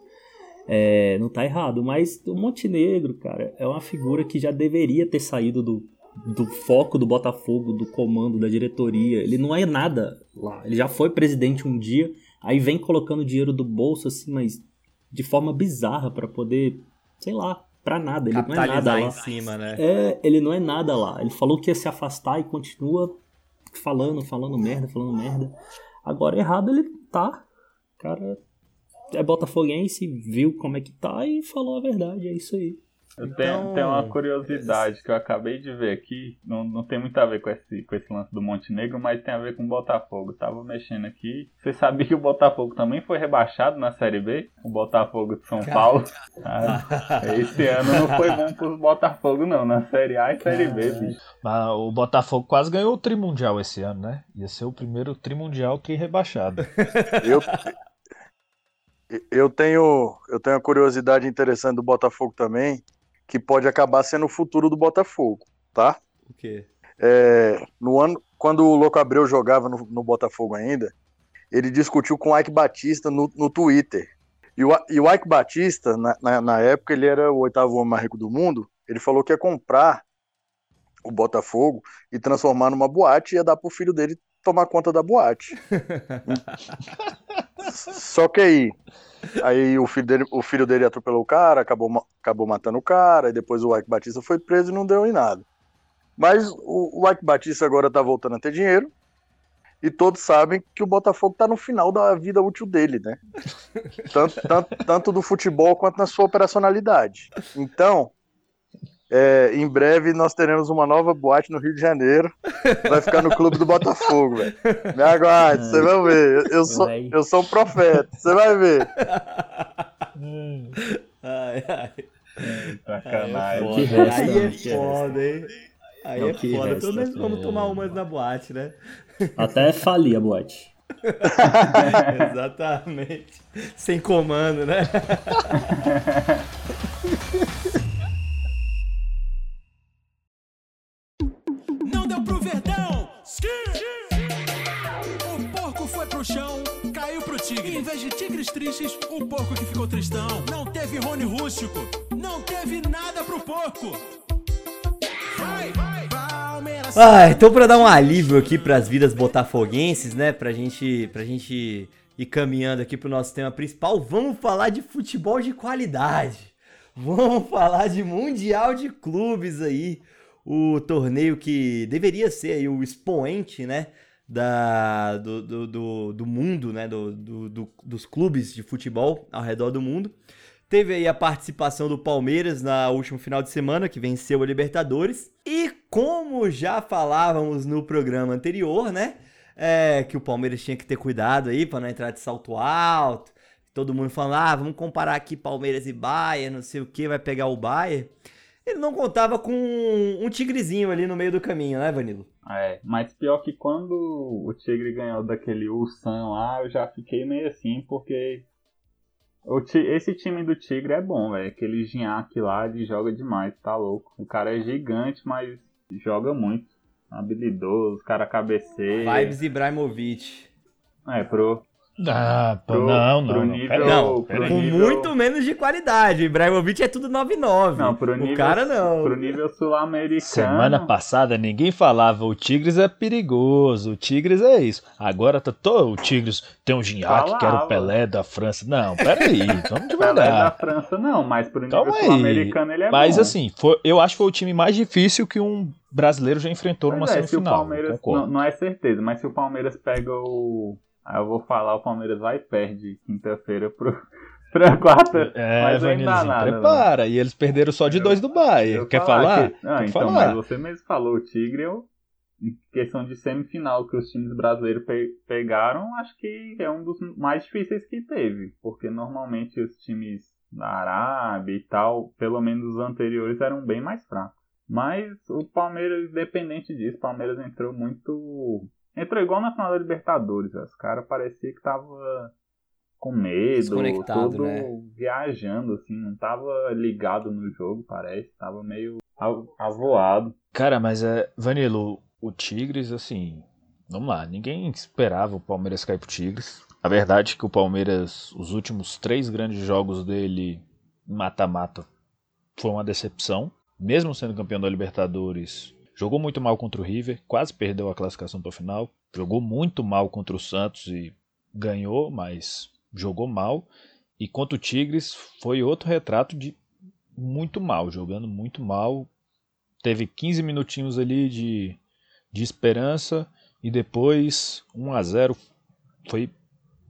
É, não tá errado, mas o Montenegro, cara, é uma figura que já deveria ter saído do, do foco do Botafogo, do comando, da diretoria. Ele não é nada lá. Ele já foi presidente um dia, aí vem colocando dinheiro do bolso, assim, mas de forma bizarra pra poder, sei lá, pra nada. Ele não é nada Capitalizar lá. em cima, né? É, ele não é nada lá. Ele falou que ia se afastar e continua falando, falando merda, falando merda. Agora errado ele tá. cara é botafoguense, viu como é que tá e falou a verdade, é isso aí. Eu Então- tenho, tenho uma curiosidade que eu acabei de ver aqui, não, não tem muito a ver com esse, com esse lance do Montenegro, mas tem a ver com o Botafogo. Tava mexendo aqui. Você sabia que o Botafogo também foi rebaixado na Série B? O Botafogo de São Paulo. Ah, esse ano não foi bom pro Botafogo não, na Série A e Série B, bicho. Mas o Botafogo quase ganhou o Trimundial esse ano, né? Ia ser o primeiro Trimundial tri rebaixado. Eu, eu, tenho, eu tenho uma curiosidade interessante do Botafogo também, que pode acabar sendo o futuro do Botafogo, tá? O quê? É, no ano, quando o Louco Abreu jogava no, no Botafogo ainda, ele discutiu com o Ike Batista no, no Twitter. E o, e o Ike Batista, na, na, na época, ele era o oitavo homem mais rico do mundo, ele falou que ia comprar o Botafogo e transformar numa boate e ia dar pro filho dele tomar conta da boate. Só que aí, aí o filho dele, o filho dele atropelou o cara, acabou, ma- acabou matando o cara, e depois o Ike Batista foi preso e não deu em nada. Mas o, o Ike Batista agora tá voltando a ter dinheiro, e todos sabem que o Botafogo tá no final da vida útil dele, né? Tanto, tanto, tanto do futebol quanto na sua operacionalidade. Então, é, em breve nós teremos uma nova boate no Rio de Janeiro. Vai ficar no clube do Botafogo, velho. Me aguarde, você vai ver. Eu, eu sou, Vai. eu sou um profeta, você vai ver. Ai, ai. Sacanagem. Que resta, Aí é que resta. foda, hein? Aí É o é que foda. resta. Pelo menos vamos tomar umas na boate, né? Até falia a boate. Exatamente. Sem comando, né? Não deu pro Verdão. O porco foi pro chão, caiu pro tigre. Em vez de tigres tristes, o porco que ficou tristão. Não teve Rony Rústico, não teve nada pro porco. Vai, vai, Palmeiras. Ah, então pra dar um alívio aqui pras vidas botafoguenses, né? Pra gente, pra gente ir caminhando aqui pro nosso tema principal, vamos falar de futebol de qualidade. Vamos falar de Mundial de Clubes aí. O torneio que deveria ser aí o expoente, né? Da, do, do, do, do mundo, né? Do, do, do- dos clubes de futebol ao redor do mundo. Teve aí a participação do Palmeiras na último final de semana, que venceu a Libertadores. E como já falávamos no programa anterior, né? É, que o Palmeiras tinha que ter cuidado aí pra não entrar de salto alto. Todo mundo falando, ah, vamos comparar aqui Palmeiras e Bayern, não sei o que, vai pegar o Bayern. Ele não contava com um tigrezinho ali no meio do caminho, né, Vanilo? É, mas pior que quando o Tigre ganhou daquele Ulsan lá, eu já fiquei meio assim, porque o ti- esse time do Tigre é bom, velho. Aquele Gignac lá, ele joga demais, tá louco. O cara é gigante, mas joga muito. Habilidoso, o cara cabeceia. Vibes Ibrahimovic. É, pro, Ah, pô, Pro- não, pro não, não. nível- Pera aí, Não, pera aí. com nível- muito menos de qualidade. O Ibrahimovic é tudo nove nove. não, pro o nível, cara não. pro nível sul-americano. Semana passada ninguém falava o Tigres é perigoso, o Tigres é isso. Agora tá todo o Tigres tem um Gignac que era Falava. o Pelé da França. Não, peraí, vamos Pelé da devagar. França não, mas pro nível Calma aí. sul-americano ele é Mas bom. assim, foi- eu acho que foi o time mais difícil que um brasileiro já enfrentou numa Pois é, se o semifinal. Palmeiras, concordo. não, não é certeza, mas se o Palmeiras pega o... Aí eu vou falar, o Palmeiras vai e perde quinta-feira pro, pra quarta. É, mas ainda Vanilzinho, nada, né? prepara. E eles perderam só de Eu- dois do Bahia. Eu Quer falar? que- Ah, Quer então, falar? mas você mesmo falou, o Tigre, eu, em questão de semifinal que os times brasileiros pe- pegaram, acho que é um dos mais difíceis que teve. Porque normalmente os times da Arábia e tal, pelo menos os anteriores, eram bem mais fracos. Mas o Palmeiras, independente disso, o Palmeiras entrou muito... Entrou igual na final da Libertadores. Os caras pareciam que tava com medo, Desconectado, todo né? viajando, assim, não tava ligado no jogo, parece. Tava meio a- avoado. Cara, mas é. Vanilo, o Tigres, assim. Vamos lá, ninguém esperava o Palmeiras cair pro Tigres. A verdade é que o Palmeiras, os últimos três grandes jogos dele, mata-mata, foi uma decepção. Mesmo sendo campeão da Libertadores, jogou muito mal contra o River, quase perdeu a classificação para o final. Jogou muito mal contra o Santos e ganhou, mas jogou mal. E contra o Tigres foi outro retrato de muito mal, jogando muito mal. Teve quinze minutinhos ali de, de esperança e depois um a zero foi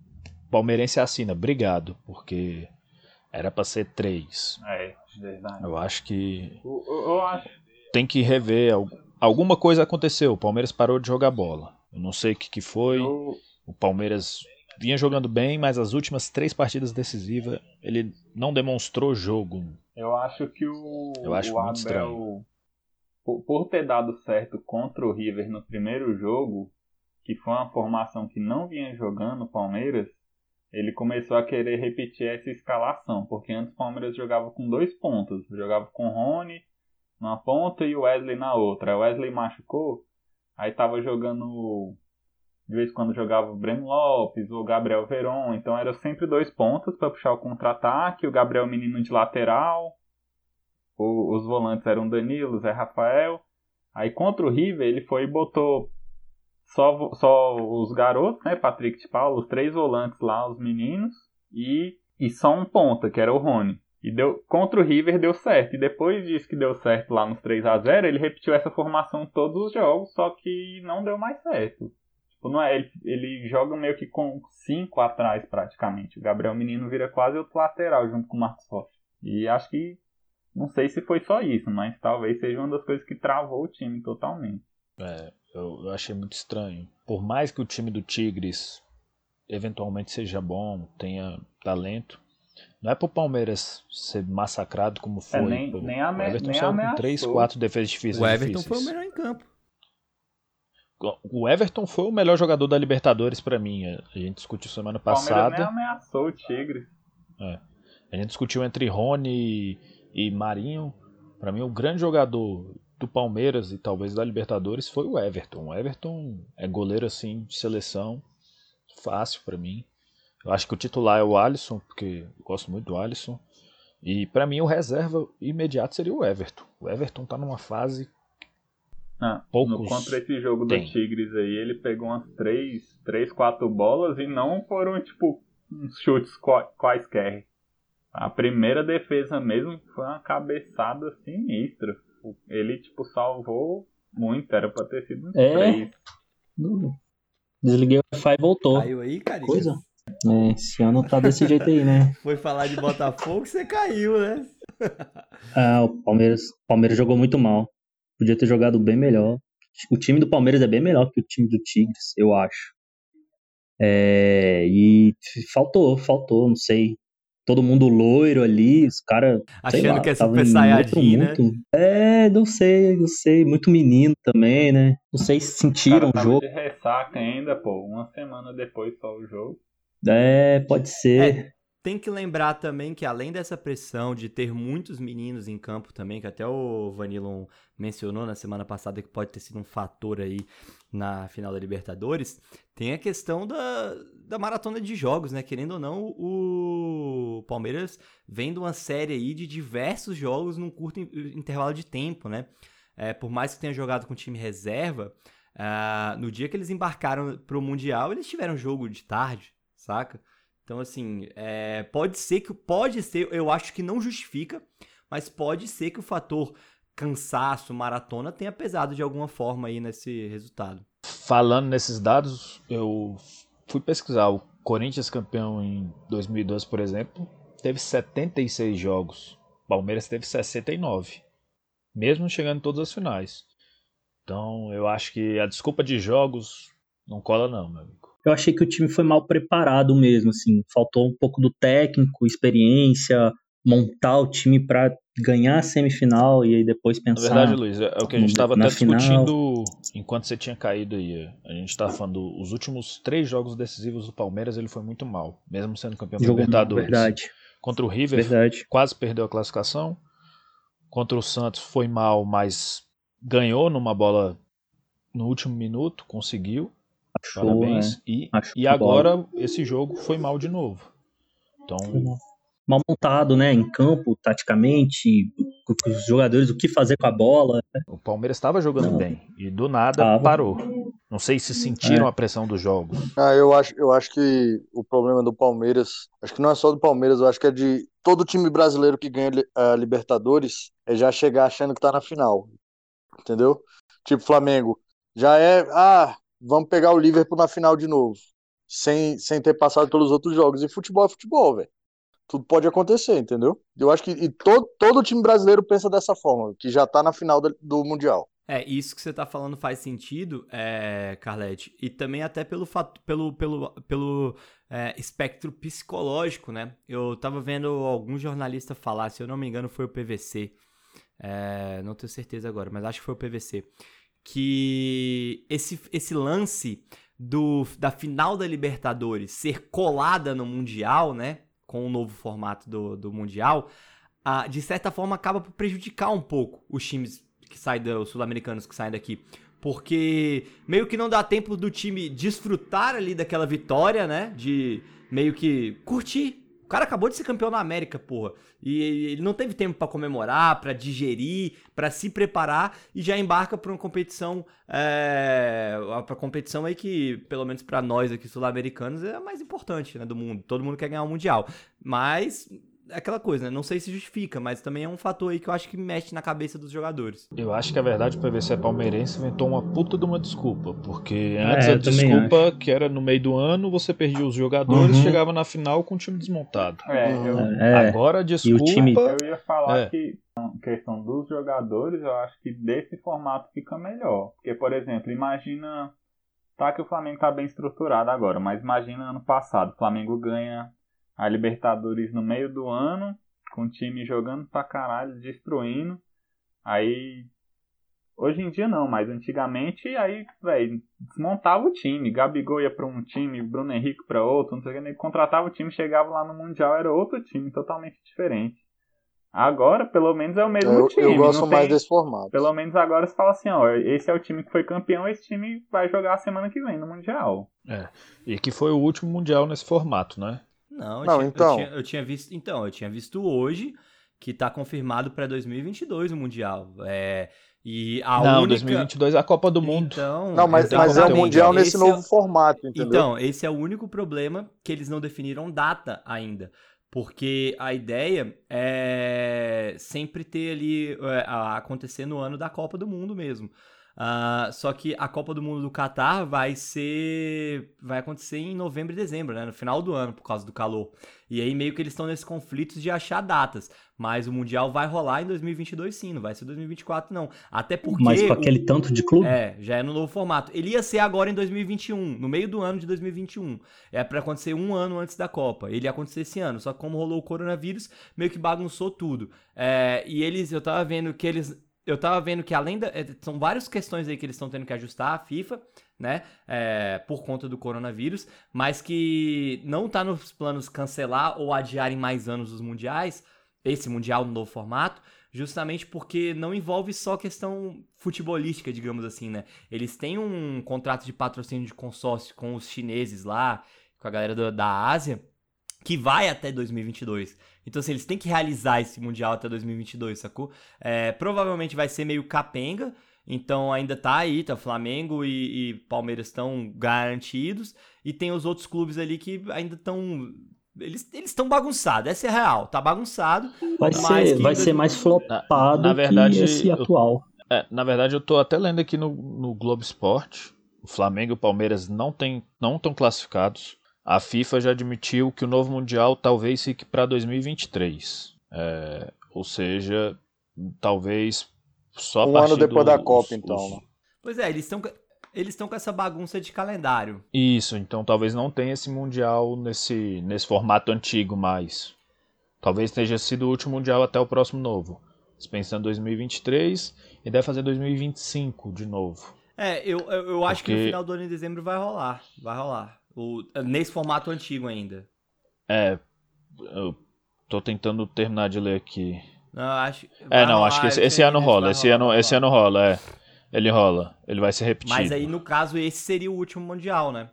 palmeirense assina, obrigado, porque era pra ser três. É, verdade. Eu acho que Eu, eu, eu acho. tem que rever. Alguma coisa aconteceu, o Palmeiras parou de jogar bola. Eu não sei o que, que foi. Eu, O Palmeiras vinha jogando bem, mas as últimas três partidas decisivas ele não demonstrou jogo. eu acho que o, Eu acho o muito estranho. Abel, por, por ter dado certo contra o River no primeiro jogo, que foi uma formação que não vinha jogando o Palmeiras, ele começou a querer repetir essa escalação, porque antes o Palmeiras jogava com dois pontos, jogava com o Rony numa ponta e o Wesley na outra. O Wesley machucou, aí tava jogando, de vez em quando jogava o Breno Lopes, o Gabriel Veron, então eram sempre dois pontos para puxar o contra-ataque, o Gabriel Menino de lateral, o, os volantes eram Danilo, Zé Rafael. Aí contra o River ele foi e botou Só, só os garotos, né? Patrick de Paulo, os três volantes lá, os meninos, e, e só um ponta, que era o Rony. E deu, contra o River deu certo. E depois disso que deu certo lá nos três a zero, ele repetiu essa formação todos os jogos, só que não deu mais certo. Tipo, não é, ele, ele joga meio que com cinco atrás praticamente. O Gabriel Menino vira quase outro lateral junto com o Marcos Rocha. E acho que, não sei se foi só isso, mas talvez seja uma das coisas que travou o time totalmente. É, eu, eu achei muito estranho. Por mais que o time do Tigres eventualmente seja bom, tenha talento, não é pro Palmeiras ser massacrado como foi. É, nem, Pô, nem, ame, o Everton nem saiu com ameaçou. três, quatro defesas difíceis. O Everton difíceis. foi o melhor em campo. O Everton foi o melhor jogador da Libertadores pra mim. A gente discutiu semana O Palmeiras nem passada. ameaçou o Tigres. É. A gente discutiu entre Rony e, e Marinho. Pra mim, o grande jogador do Palmeiras e talvez da Libertadores foi o Everton. O Everton é goleiro assim de seleção, fácil pra mim. Eu acho que o titular é o Alisson, porque eu gosto muito do Alisson. E pra mim o reserva imediato seria o Everton. O Everton tá numa fase Ah, poucos no, contra esse jogo tem. do Tigres aí, ele pegou umas três, três, quatro bolas e não foram tipo uns chutes qua- quaisquer. A primeira defesa mesmo foi uma cabeçada sinistra. Ele, tipo, salvou muito. Era pra ter sido uns É? três. Desliguei o Wi-Fi e voltou. Caiu aí, cara. Coisa. É, esse ano tá desse jeito aí, né? Foi falar de Botafogo, você caiu, né? Ah, o Palmeiras, o Palmeiras jogou muito mal. Podia ter jogado bem melhor. O time do Palmeiras é bem melhor que o time do Tigres, eu acho. É, e faltou, faltou, não sei. Todo mundo loiro ali, os caras. Achando que é tava Super em Saiyajin, né? outro mundo. É, não sei, não sei. Muito menino também, né? Não sei se O sentiram cara o tava jogo. de ressaca ainda, pô. Uma semana depois só o jogo. É, pode ser. É, tem que lembrar também que além dessa pressão de ter muitos meninos em campo também, que até o Vanillon mencionou na semana passada que pode ter sido um fator aí na final da Libertadores, tem a questão da, da maratona de jogos, né? Querendo ou não, o Palmeiras vem de uma série aí de diversos jogos num curto intervalo de tempo, né? É, por mais que tenha jogado com time reserva, uh, no dia que eles embarcaram pro Mundial, eles tiveram jogo de tarde, saca? Então, assim, é, pode ser que, pode ser, eu acho que não justifica, mas pode ser que o fator cansaço, maratona tenha pesado de alguma forma aí nesse resultado. Falando nesses dados, eu fui pesquisar. O Corinthians campeão em dois mil e doze, por exemplo, teve setenta e seis jogos. O Palmeiras teve sessenta e nove. Mesmo chegando em todas as finais. Então, eu acho que a desculpa de jogos não cola não, meu amigo. Eu achei que o time foi mal preparado mesmo, assim. Faltou um pouco do técnico, experiência, montar o time pra ganhar a semifinal e aí depois pensar... Na verdade, Luiz, é o que a gente estava até final. discutindo enquanto você tinha caído aí. A gente estava falando, os últimos três jogos decisivos do Palmeiras, ele foi muito mal, mesmo sendo campeão da Libertadores. Verdade. Contra o River, Verdade. quase perdeu a classificação. Contra o Santos foi mal, mas ganhou numa bola no último minuto, conseguiu. Achou, Parabéns. é. E, Achou e agora esse jogo foi mal de novo. Então, mal montado, né? Em campo, taticamente, com os jogadores, o que fazer com a bola. o Palmeiras estava jogando Não. bem e do nada Tava. parou. Não sei se sentiram É. a pressão dos jogos. Ah, eu acho, eu acho que o problema do Palmeiras, acho que não é só do Palmeiras, eu acho que é de todo time brasileiro que ganha a Libertadores, é já chegar achando que tá na final. Entendeu? Tipo Flamengo. Já é, ah, vamos pegar o Liverpool na final de novo. sem, sem ter passado pelos outros jogos. E futebol é futebol, velho. Tudo pode acontecer, entendeu? Eu acho que e todo, todo time brasileiro pensa dessa forma, que já tá na final do, do Mundial. É, isso que você tá falando faz sentido, é, Carlete, e também até pelo, fato, pelo, pelo, pelo é, espectro psicológico, né? Eu tava vendo alguns jornalistas falar, se eu não me engano foi o P V C, é, não tenho certeza agora, mas acho que foi o P V C, que esse, esse lance do, da final da Libertadores ser colada no Mundial, né? Com o novo formato do, do Mundial, ah, de certa forma acaba por prejudicar um pouco os times que saem, da, os sul-americanos que saem daqui. Porque meio que não dá tempo do time desfrutar ali daquela vitória, né? De meio que curtir. O cara acabou de ser campeão na América, porra. E ele não teve tempo pra comemorar, pra digerir, pra se preparar e já embarca pra uma competição, é, pra competição aí que, pelo menos pra nós aqui sul-americanos, é a mais importante, né, do mundo. Todo mundo quer ganhar o Mundial. Mas é aquela coisa, né? Não sei se justifica, mas também é um fator aí que eu acho que mexe na cabeça dos jogadores. Eu acho que a verdade, o P V C palmeirense inventou uma puta de uma desculpa, porque antes É, a eu também desculpa acho. que era no meio do ano, você perdia os jogadores, Uhum. chegava na final com o time desmontado. É, eu, É, Agora a e o desculpa... time- eu ia falar É. que a questão dos jogadores, eu acho que desse formato fica melhor. Porque, por exemplo, imagina... Tá que o Flamengo tá bem estruturado agora, mas imagina ano passado, o Flamengo ganha a Libertadores no meio do ano, com o time jogando pra caralho, destruindo. Aí, hoje em dia não, mas antigamente, aí, velho, desmontava o time. Gabigol ia pra um time, Bruno Henrique pra outro, não sei o que, ele contratava o time, chegava lá no Mundial, era outro time, totalmente diferente. Agora, pelo menos, é o mesmo Eu, time. eu gosto não mais tem... desse formato. Pelo menos agora você fala assim, ó, esse é o time que foi campeão, esse time vai jogar a semana que vem no Mundial. É, e que foi o último Mundial nesse formato, né? Não, eu, Não, tinha, então. eu, tinha, eu tinha visto. Então, eu tinha visto hoje que tá confirmado pra dois mil e vinte e dois o Mundial. É, e a Não, única... dois mil e vinte e dois é a Copa do Mundo. Então, Não, mas, mas é o exatamente. Mundial nesse Esse novo é... formato, entendeu? Então, esse é o único problema que eles não definiram data ainda. Porque a ideia é sempre ter ali, é, acontecer no ano da Copa do Mundo mesmo. Uh, só que a Copa do Mundo do Catar vai ser. Vai acontecer em novembro e dezembro, né? No final do ano, por causa do calor. E aí meio que eles estão nesse conflito de achar datas. Mas o Mundial vai rolar em dois mil e vinte e dois sim, não vai ser dois mil e vinte e quatro não. Até porque... Mas com o... aquele tanto de clube? É, já é no novo formato. Ele ia ser agora em dois mil e vinte e um, no meio do ano de dois mil e vinte e um. É pra acontecer um ano antes da Copa. Ele ia acontecer esse ano, só que como rolou o coronavírus, meio que bagunçou tudo. É, e eles, eu tava vendo que eles... Eu tava vendo que além da... São várias questões aí que eles estão tendo que ajustar, a FIFA, né? É, por conta do coronavírus, mas que não tá nos planos cancelar ou adiarem mais anos os mundiais, esse mundial no novo formato, justamente porque não envolve só questão futebolística, digamos assim, né? Eles têm um contrato de patrocínio de consórcio com os chineses lá, com a galera do, da Ásia, que vai até dois mil e vinte e dois. Então, assim, eles têm que realizar esse Mundial até dois mil e vinte e dois, sacou? É, provavelmente vai ser meio capenga, então ainda tá aí, tá? Flamengo e, e Palmeiras estão garantidos, e tem os outros clubes ali que ainda estão... Eles estão bagunçados, essa é a real, tá bagunçado. Vai ser, vai ser mais flopado na, na verdade, que esse atual. Eu, é, na verdade, eu tô até lendo aqui no, no Globo Esporte, o Flamengo e o Palmeiras não tem, não estão classificados. A FIFA já admitiu que o novo Mundial talvez fique para dois mil e vinte e três. É, ou seja, talvez só a Um partir ano depois do, da Copa, os, então. os... Né? Pois é, eles estão eles estão com essa bagunça de calendário. Isso, então talvez não tenha esse Mundial nesse, nesse formato antigo mais. Talvez tenha sido o último Mundial até o próximo novo. Pensando em dois mil e vinte e três e deve fazer dois mil e vinte e cinco de novo. É, eu, eu, eu acho Porque... que no final do ano, em dezembro, vai rolar. Vai rolar. O, nesse formato antigo ainda. É, eu tô tentando terminar de ler aqui. Não, acho, é, não, rolar, acho que esse, esse ano rola, esse rolar, ano, esse ano rola, é. Ele rola, ele vai ser repetido. Mas aí, no caso, esse seria o último Mundial, né?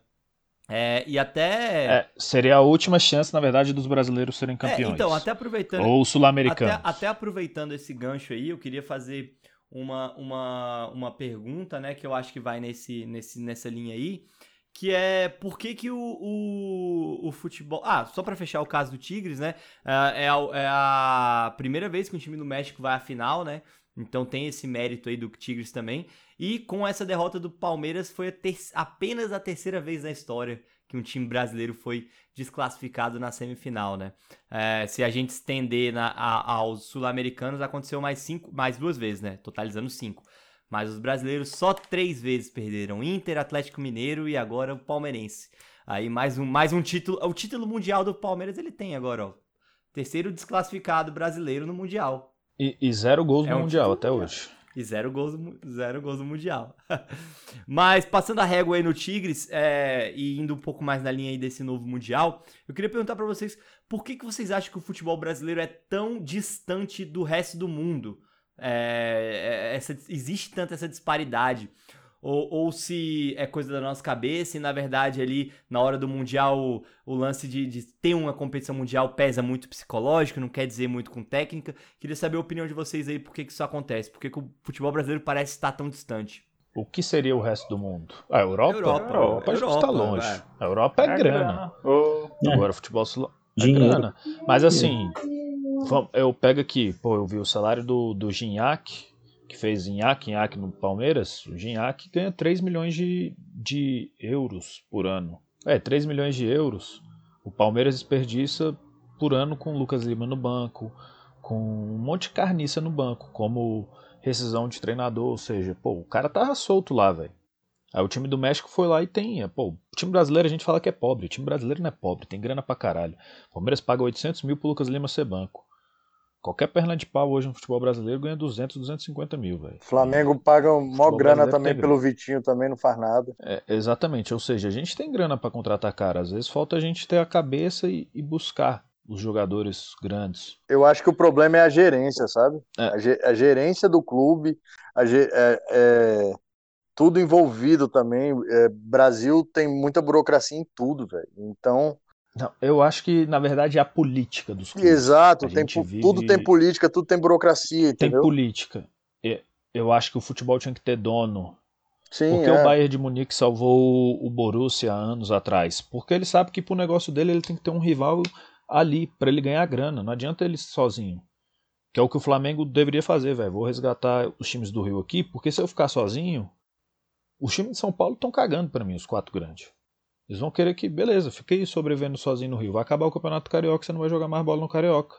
É, e até... É, seria a última chance, na verdade, dos brasileiros serem campeões. É, então, até aproveitando... Ou sul-americanos. Até, até aproveitando esse gancho aí, eu queria fazer uma, uma, uma pergunta, né? Que eu acho que vai nesse, nesse, nessa linha aí. Que é por que que o, o, o futebol... Ah, só pra fechar o caso do Tigres, né? É a, é a primeira vez que um time do México vai à final, né? Então tem esse mérito aí do Tigres também. E com essa derrota do Palmeiras foi a ter... apenas a terceira vez na história que um time brasileiro foi desclassificado na semifinal, né? É, se a gente estender na, a, aos sul-americanos, aconteceu mais, cinco, mais duas vezes, né? Totalizando cinco. Mas os brasileiros só três vezes perderam. Inter, Atlético Mineiro e agora o Palmeirense. Aí mais um, mais um título. O título mundial do Palmeiras ele tem agora, ó. Terceiro desclassificado brasileiro no Mundial. E, e zero gols É no um Mundial título até mundial. hoje. E zero gols, zero gols no Mundial. Mas, passando a régua aí no Tigres, é, e indo um pouco mais na linha aí desse novo Mundial, eu queria perguntar pra vocês, por que, que vocês acham que o futebol brasileiro é tão distante do resto do mundo? É, essa, existe tanta essa disparidade? Ou, ou se é coisa da nossa cabeça e, na verdade, ali, na hora do Mundial, o, o lance de, de ter uma competição mundial pesa muito psicológico, não quer dizer muito com técnica. Queria saber a opinião de vocês aí, por que, que isso acontece? Por que, que o futebol brasileiro parece estar tão distante? O que seria o resto do mundo? A Europa? Europa, a Europa, a gente Europa, está longe. é. A Europa é, É grana. grana. Ô, Agora o futebol sul- é Dinheiro. grana. Mas assim, vamos- eu pego aqui, pô, eu vi o salário do, do Gignac, que fez Gignac, Gignac no Palmeiras. O Gignac ganha três milhões de, de euros por ano. É, três milhões de euros o Palmeiras desperdiça por ano com o Lucas Lima no banco, com um monte de carniça no banco, como rescisão de treinador, ou seja, pô, o cara tava solto lá, velho. Aí o time do México foi lá e tem, pô, o time brasileiro a gente fala que é pobre, o time brasileiro não é pobre, tem grana pra caralho. O Palmeiras paga oitocentos mil pro Lucas Lima ser banco. Qualquer perna de pau hoje no futebol brasileiro ganha duzentos, duzentos e cinquenta mil, velho. Flamengo paga mó Futebol grana brasileiro também tem pelo Vitinho, também não faz nada. É, exatamente, ou seja, a gente tem grana pra contratar cara, às vezes falta a gente ter a cabeça e, e buscar os jogadores grandes. Eu acho que o problema é a gerência, sabe? É. A, ge- a gerência do clube, a ge- é, é, tudo envolvido também. É, Brasil tem muita burocracia em tudo, velho. Então, Não, eu acho que, na verdade, é a política dos clubes. exato, A tem, gente pu- vive- tudo tem política, tudo tem burocracia, Tem entendeu? política. E- Eu acho que o futebol tinha que ter dono. Sim, Porque é. o Bayern de Munique salvou o Borussia há anos atrás? Porque ele sabe que pro negócio dele ele tem que ter um rival ali pra ele ganhar grana. Não adianta ele sozinho. Que é o que o Flamengo deveria fazer, velho. Vou resgatar os times do Rio aqui, porque se eu ficar sozinho, os times de São Paulo estão cagando pra mim, os quatro grandes. Eles vão querer que, beleza, fiquei sobrevivendo sozinho no Rio. Vai acabar o Campeonato Carioca, você não vai jogar mais bola no Carioca.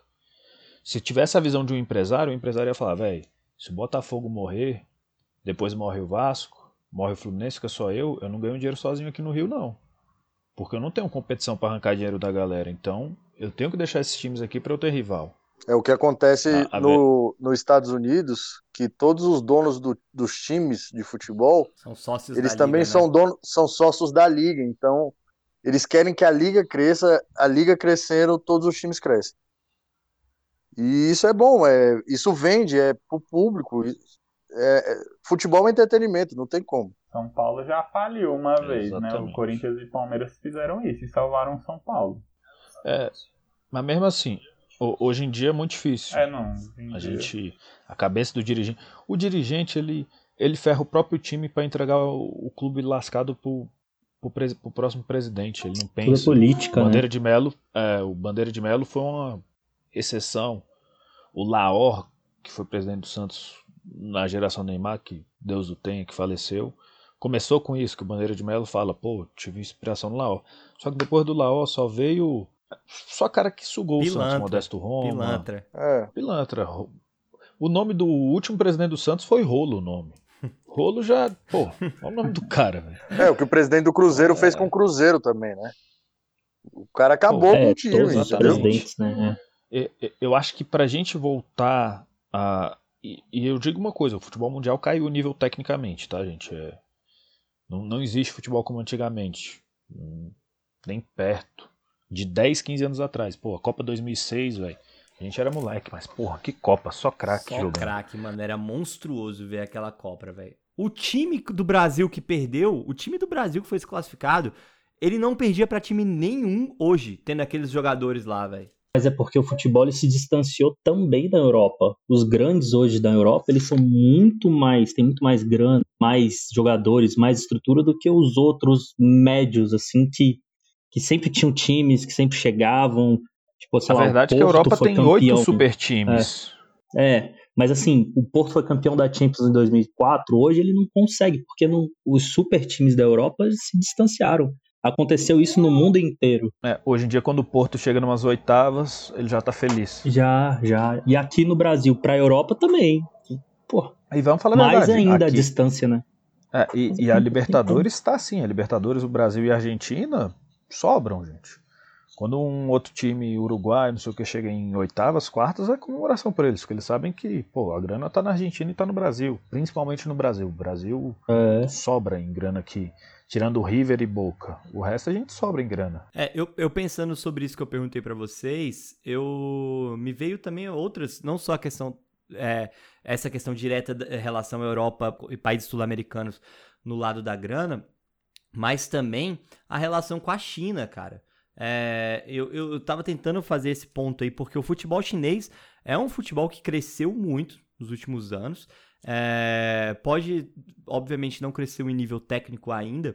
Se tivesse a visão de um empresário, o empresário ia falar, velho, se o Botafogo morrer, depois morre o Vasco, morre o Fluminense, fica só eu, eu não ganho dinheiro sozinho aqui no Rio, não. Porque eu não tenho competição pra arrancar dinheiro da galera. Então, eu tenho que deixar esses times aqui pra eu ter rival. É o que acontece Ah, a no, nos Estados Unidos, que todos os donos do- dos times de futebol, São sócios eles da também liga, são, né? dono, são sócios da liga. Então, eles querem que a liga cresça, a liga crescendo, todos os times crescem. E isso é bom, é, isso vende, é pro público. É, é- futebol é entretenimento, não tem como. São Paulo já faliu uma vez, né? O Exatamente. Corinthians e Palmeiras fizeram isso e salvaram São Paulo. É, mas mesmo assim, ho- hoje em dia é muito difícil. É, não. hoje em A dia- gente, a cabeça do dirigente, o dirigente ele, ele ferra o próprio time pra entregar o, o clube lascado pro, pro, presi- pro próximo presidente. Ele não Tudo é pensa. política, Bandeira né? de Melo, é, o Bandeira de Melo foi uma exceção. O Laor, que foi presidente do Santos na geração Neymar, que Deus o tenha, que faleceu, começou com isso, que o Bandeira de Melo fala, pô, tive inspiração no Laor. Só que depois do Laor só veio só cara que sugou o Santos, Pilantra. Modesto Roma. Pilantra. É. Pilantra. O nome do último presidente do Santos foi Rolo, o nome. Rolo já, pô, olha o nome do cara, velho. É, o que o presidente do Cruzeiro fez com o Cruzeiro também, né? O cara acabou com É, o time, todos os exatamente. entendeu? presidentes, né? E- e- Eu acho que pra gente voltar a. E, e eu digo uma coisa, o futebol mundial caiu o nível tecnicamente, tá, gente? É, não, não existe futebol como antigamente. Hum, Nem perto. De dez, quinze anos atrás. Pô, a Copa dois mil e seis, velho. A gente era moleque, mas porra, que Copa, só craque Só jogando. craque, mano. Era monstruoso ver aquela Copa, velho. O time do Brasil que perdeu, o time do Brasil que foi desclassificado, ele não perdia pra time nenhum hoje, tendo aqueles jogadores lá, velho. Mas é porque o futebol ele se distanciou também da Europa. Os grandes hoje da Europa, eles são muito mais, tem muito mais grana, mais jogadores, mais estrutura do que os outros médios, assim, que, que sempre tinham times, que sempre chegavam. Tipo, sei A lá, verdade o é que a Porto Europa foi tem campeão. oito super times. É, mas assim, o Porto foi campeão da Champions em dois mil e quatro, hoje ele não consegue, porque não, os super times da Europa se distanciaram. Aconteceu isso no mundo inteiro. É, hoje em dia, quando o Porto chega numas oitavas, ele já tá feliz. Já, já. E aqui no Brasil, pra Europa também. Pô, Aí vamos falar a mais verdade. ainda a aqui, distância, né? é, e, e a Libertadores tá assim. A Libertadores, o Brasil e a Argentina sobram, gente. Quando um outro time, Uruguai, não sei o que, chega em oitavas, quartas, é comemoração por eles. Porque eles sabem que, pô, a grana tá na Argentina e tá no Brasil. Principalmente no Brasil. O Brasil É. sobra em grana aqui. Tirando o River e Boca. O resto a gente sobra em grana. É, eu, eu pensando sobre isso que eu perguntei pra vocês, eu me veio também outras, não só a questão, é, essa questão direta da relação Europa e países sul-americanos no lado da grana, mas também a relação com a China, cara. É, eu, eu, eu tava tentando fazer esse ponto aí, porque o futebol chinês é um futebol que cresceu muito nos últimos anos. É, pode, obviamente, não crescer em nível técnico ainda,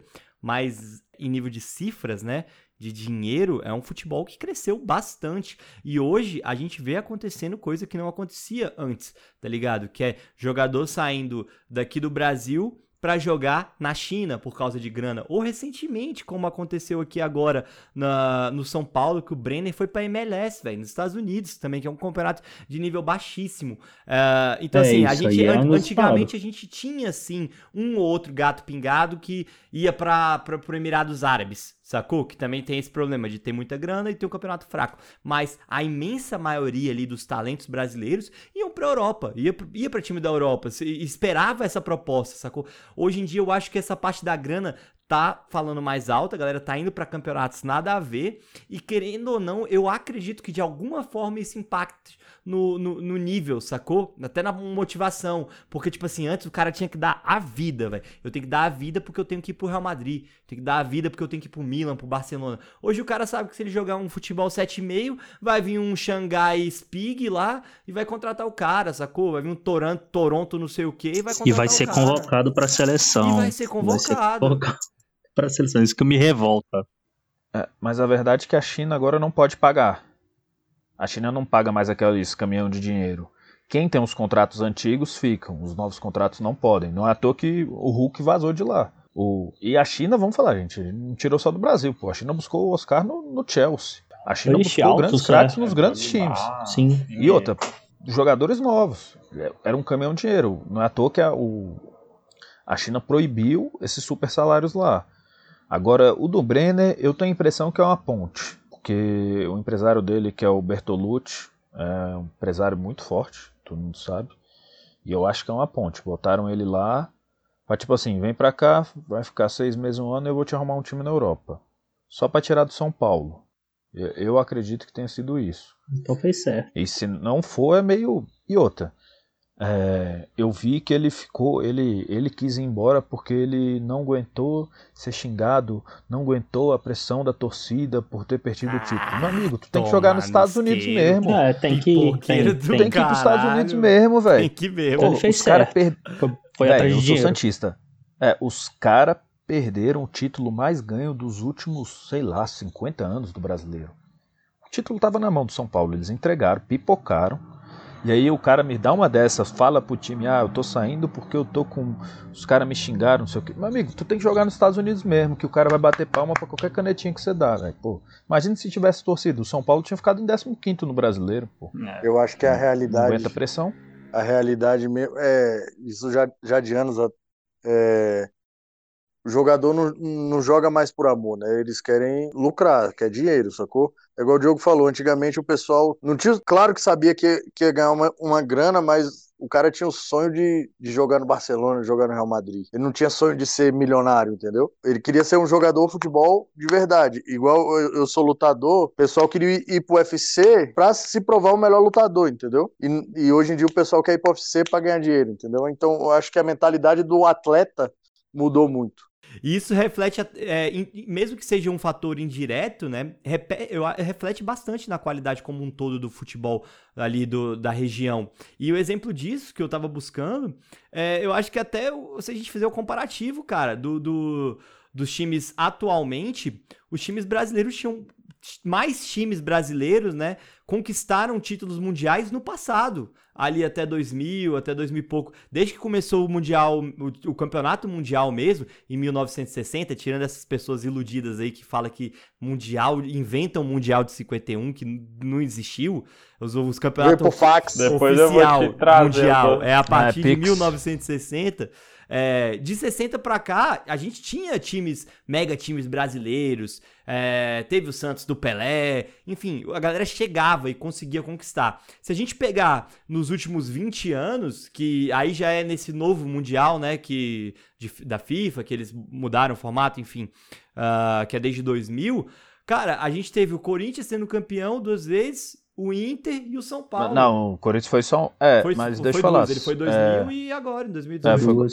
mas em nível de cifras, né, de dinheiro, é um futebol que cresceu bastante. E hoje a gente vê acontecendo coisa que não acontecia antes, tá ligado? Que é jogador saindo daqui do Brasil para jogar na China por causa de grana. Ou recentemente, como aconteceu aqui agora na, no São Paulo, que o Brenner foi pra M L S, velho, nos Estados Unidos também, que é um campeonato de nível baixíssimo. Uh, então, É, assim, a isso gente, aí é an- inusitado. antigamente a gente tinha, assim, um ou outro gato pingado que ia para pro Emirados Árabes, sacou? Que também tem esse problema de ter muita grana e ter um campeonato fraco. Mas a imensa maioria ali dos talentos brasileiros iam pra Europa, ia, pro- ia pra time da Europa, se- esperava essa proposta, sacou? Hoje em dia eu acho que essa parte da grana tá falando mais alto, a galera tá indo pra campeonatos nada a ver, e querendo ou não, eu acredito que de alguma forma isso impacte no, no, no nível, sacou? Até na motivação, porque tipo assim, antes o cara tinha que dar a vida, velho. Eu tenho que dar a vida porque eu tenho que ir pro Real Madrid, tenho que dar a vida porque eu tenho que ir pro Milan, pro Barcelona. Hoje o cara sabe que se ele jogar um futebol sete e meio, vai vir um Xangai Spig lá e vai contratar o cara, sacou? Vai vir um Toronto, Toronto não sei o que e vai contratar E vai o ser cara. convocado pra seleção. E vai ser convocado. convocado pra seleção. Isso que me revolta. É, mas a verdade é que a China agora não pode pagar. A China não paga mais aqueles caminhão de dinheiro. Quem tem os contratos antigos ficam, os novos contratos não podem. Não é à toa que o Hulk vazou de lá. O... E a China, vamos falar, gente, não tirou só do Brasil. Pô. A China buscou o Oscar no, no Chelsea. A China Ixi, buscou altos, grandes craques é. nos grandes times. Sim. E outra, jogadores novos. Era um caminhão de dinheiro. Não é à toa que a, o... a China proibiu esses super salários lá. Agora, o do Brenner, eu tenho a impressão que é uma ponte. Porque o empresário dele, que é o Bertolucci, é um empresário muito forte, todo mundo sabe. E eu acho que é uma ponte. Botaram ele lá, pra tipo assim, vem pra cá, vai ficar seis meses, um ano, eu vou te arrumar um time na Europa. Só pra tirar do São Paulo. Eu, eu acredito que tenha sido isso. Então fez certo. E se não for, é meio... E outra, é, eu vi que ele ficou, ele, ele quis ir embora porque ele não aguentou ser xingado, não aguentou a pressão da torcida por ter perdido o título. Meu amigo, tu tem que jogar nos Estados Unidos mesmo. É, tem que, tem, Pipoqueiro tem, do Tem que ir pros Estados caralho. Unidos mesmo, velho. Tem que ver, Então mano. ele fez Os caras certo. per... Foi, foi Véi, atrás eu de sou dinheiro. santista. É, os caras perderam o título mais ganho dos últimos, sei lá, cinquenta anos do brasileiro. O título tava na mão do São Paulo, eles entregaram, pipocaram. E aí o cara me dá uma dessas, fala pro time, ah, eu tô saindo porque eu tô com... Os caras me xingaram, não sei o quê. Meu amigo, tu tem que jogar nos Estados Unidos mesmo, que o cara vai bater palma pra qualquer canetinha que você dá, velho. Pô, imagina se tivesse torcido. O São Paulo tinha ficado em décimo quinto no brasileiro, pô. Eu acho que a Não realidade, aguenta pressão. a realidade mesmo, é, isso já, já de anos, é, o jogador não, não joga mais por amor, né? Eles querem lucrar, quer dinheiro, sacou? É igual o Diogo falou, antigamente o pessoal não tinha, claro que sabia que, que ia ganhar uma, uma grana, mas o cara tinha o sonho de, de jogar no Barcelona, de jogar no Real Madrid. Ele não tinha sonho de ser milionário, entendeu? Ele queria ser um jogador de futebol de verdade. Igual eu, eu sou lutador, o pessoal queria ir, ir pro U F C pra se provar o melhor lutador, entendeu? E, e hoje em dia o pessoal quer ir pro U F C pra ganhar dinheiro, entendeu? Então eu acho que a mentalidade do atleta mudou muito. E isso reflete, é, em- mesmo que seja um fator indireto, né? repe- eu a- reflete bastante na qualidade como um todo do futebol ali do, da região. E o exemplo disso que eu tava buscando, é, eu acho que até o- se a gente fizer o comparativo, cara, do, do- dos times atualmente, os times brasileiros tinham mais times brasileiros, né? Conquistaram títulos mundiais no passado. ali até dois mil, até dois mil e pouco. Desde que começou o Mundial, o, o Campeonato Mundial mesmo, em mil novecentos e sessenta, tirando essas pessoas iludidas aí que falam que Mundial, inventam o Mundial de cinquenta e um, que não existiu, os, os campeonatos oficial Mundial é a partir ah, é de mil novecentos e sessenta. É, de sessenta pra cá, a gente tinha times, mega times brasileiros, é, teve o Santos do Pelé, enfim, a galera chegava e conseguia conquistar. Se a gente pegar nos últimos vinte anos, que aí já é nesse novo Mundial, né, que, de, da FIFA, que eles mudaram o formato, enfim, uh, que é desde dois mil, cara, a gente teve o Corinthians sendo campeão duas vezes, o Inter e o São Paulo. Não, o Corinthians foi só um... É, foi, mas foi deixa eu falar. Duas, ele foi em dois mil é... e agora, em dois mil e dezoito. É, foi...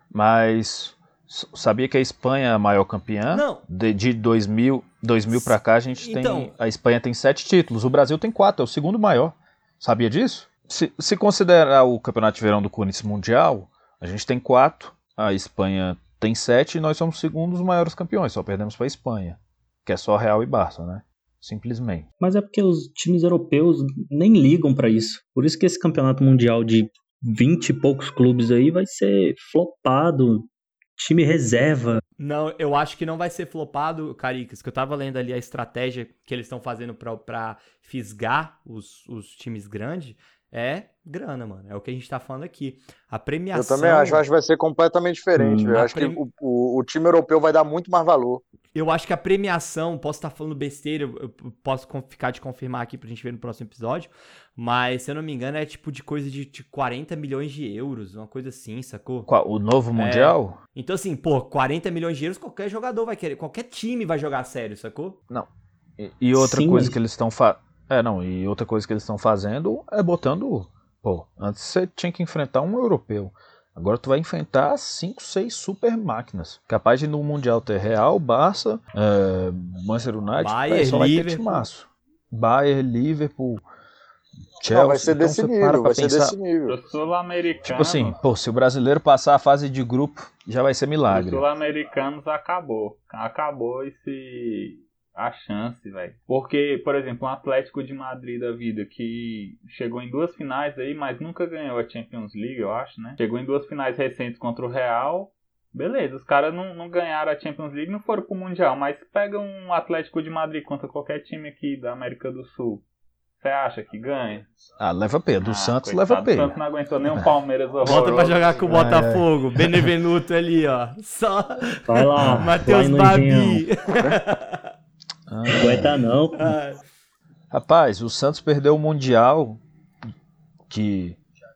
Mas sabia que a Espanha é a maior campeã? Não. De, de dois mil, dois mil pra cá, a gente então... tem... A Espanha tem sete títulos, o Brasil tem quatro, é o segundo maior. Sabia disso? Se, se considerar o Campeonato de Verão do Corinthians Mundial, a gente tem quatro, a Espanha tem sete e nós somos os segundos maiores campeões, só perdemos pra Espanha, que é só Real e Barça, né? Simplesmente. Mas é porque os times europeus nem ligam pra isso. Por isso que esse campeonato mundial de vinte e poucos clubes aí vai ser flopado. Time reserva. Não, eu acho que não vai ser flopado, Caricas, que eu tava lendo ali a estratégia que eles estão fazendo pra, pra fisgar os, os times grandes. É grana, mano. É o que a gente tá falando aqui. A premiação... Eu também acho, acho que vai ser completamente diferente. Hum, eu acho premi... que o, o, o time europeu vai dar muito mais valor. Eu acho que a premiação, posso estar falando besteira, eu posso ficar de confirmar aqui pra gente ver no próximo episódio, mas se eu não me engano é tipo de coisa de, de quarenta milhões de euros, uma coisa assim, sacou? Qual, o novo Mundial? É, então assim, pô, quarenta milhões de euros qualquer jogador vai querer, qualquer time vai jogar sério, sacou? Não. E, e outra Sim, coisa mas... que eles estão fa... É, não, e outra coisa que eles estão fazendo é botando, pô, antes você tinha que enfrentar um europeu. Agora tu vai enfrentar cinco, seis super máquinas. Capaz de no Mundial ter Real, Barça, é, Manchester United, Bayern, só vai Liverpool. ter timaço. Bayern, Liverpool, Chelsea. Não, vai ser então, desse nível, vai pensar, ser desse nível. O Sul-Americano... Tipo assim, pô, se o brasileiro passar a fase de grupo, já vai ser milagre. O Sul-Americanos acabou. Acabou esse... a chance, velho. Porque, por exemplo, um Atlético de Madrid da vida que chegou em duas finais aí, mas nunca ganhou a Champions League, eu acho, né? Chegou em duas finais recentes contra o Real. Beleza, os caras não, não ganharam a Champions League, não foram pro Mundial, mas pega um Atlético de Madrid contra qualquer time aqui da América do Sul. Você acha que ganha? Ah, leva P. Do ah, Santos coitado, leva P. O Santos não aguentou nem um Palmeiras horroroso. Volta pra jogar com o Botafogo. É, é. Benevenuto ali, ó. Só. Vai lá. Matheus Babi. Não aguenta não. Ah. Rapaz, o Santos perdeu o Mundial, que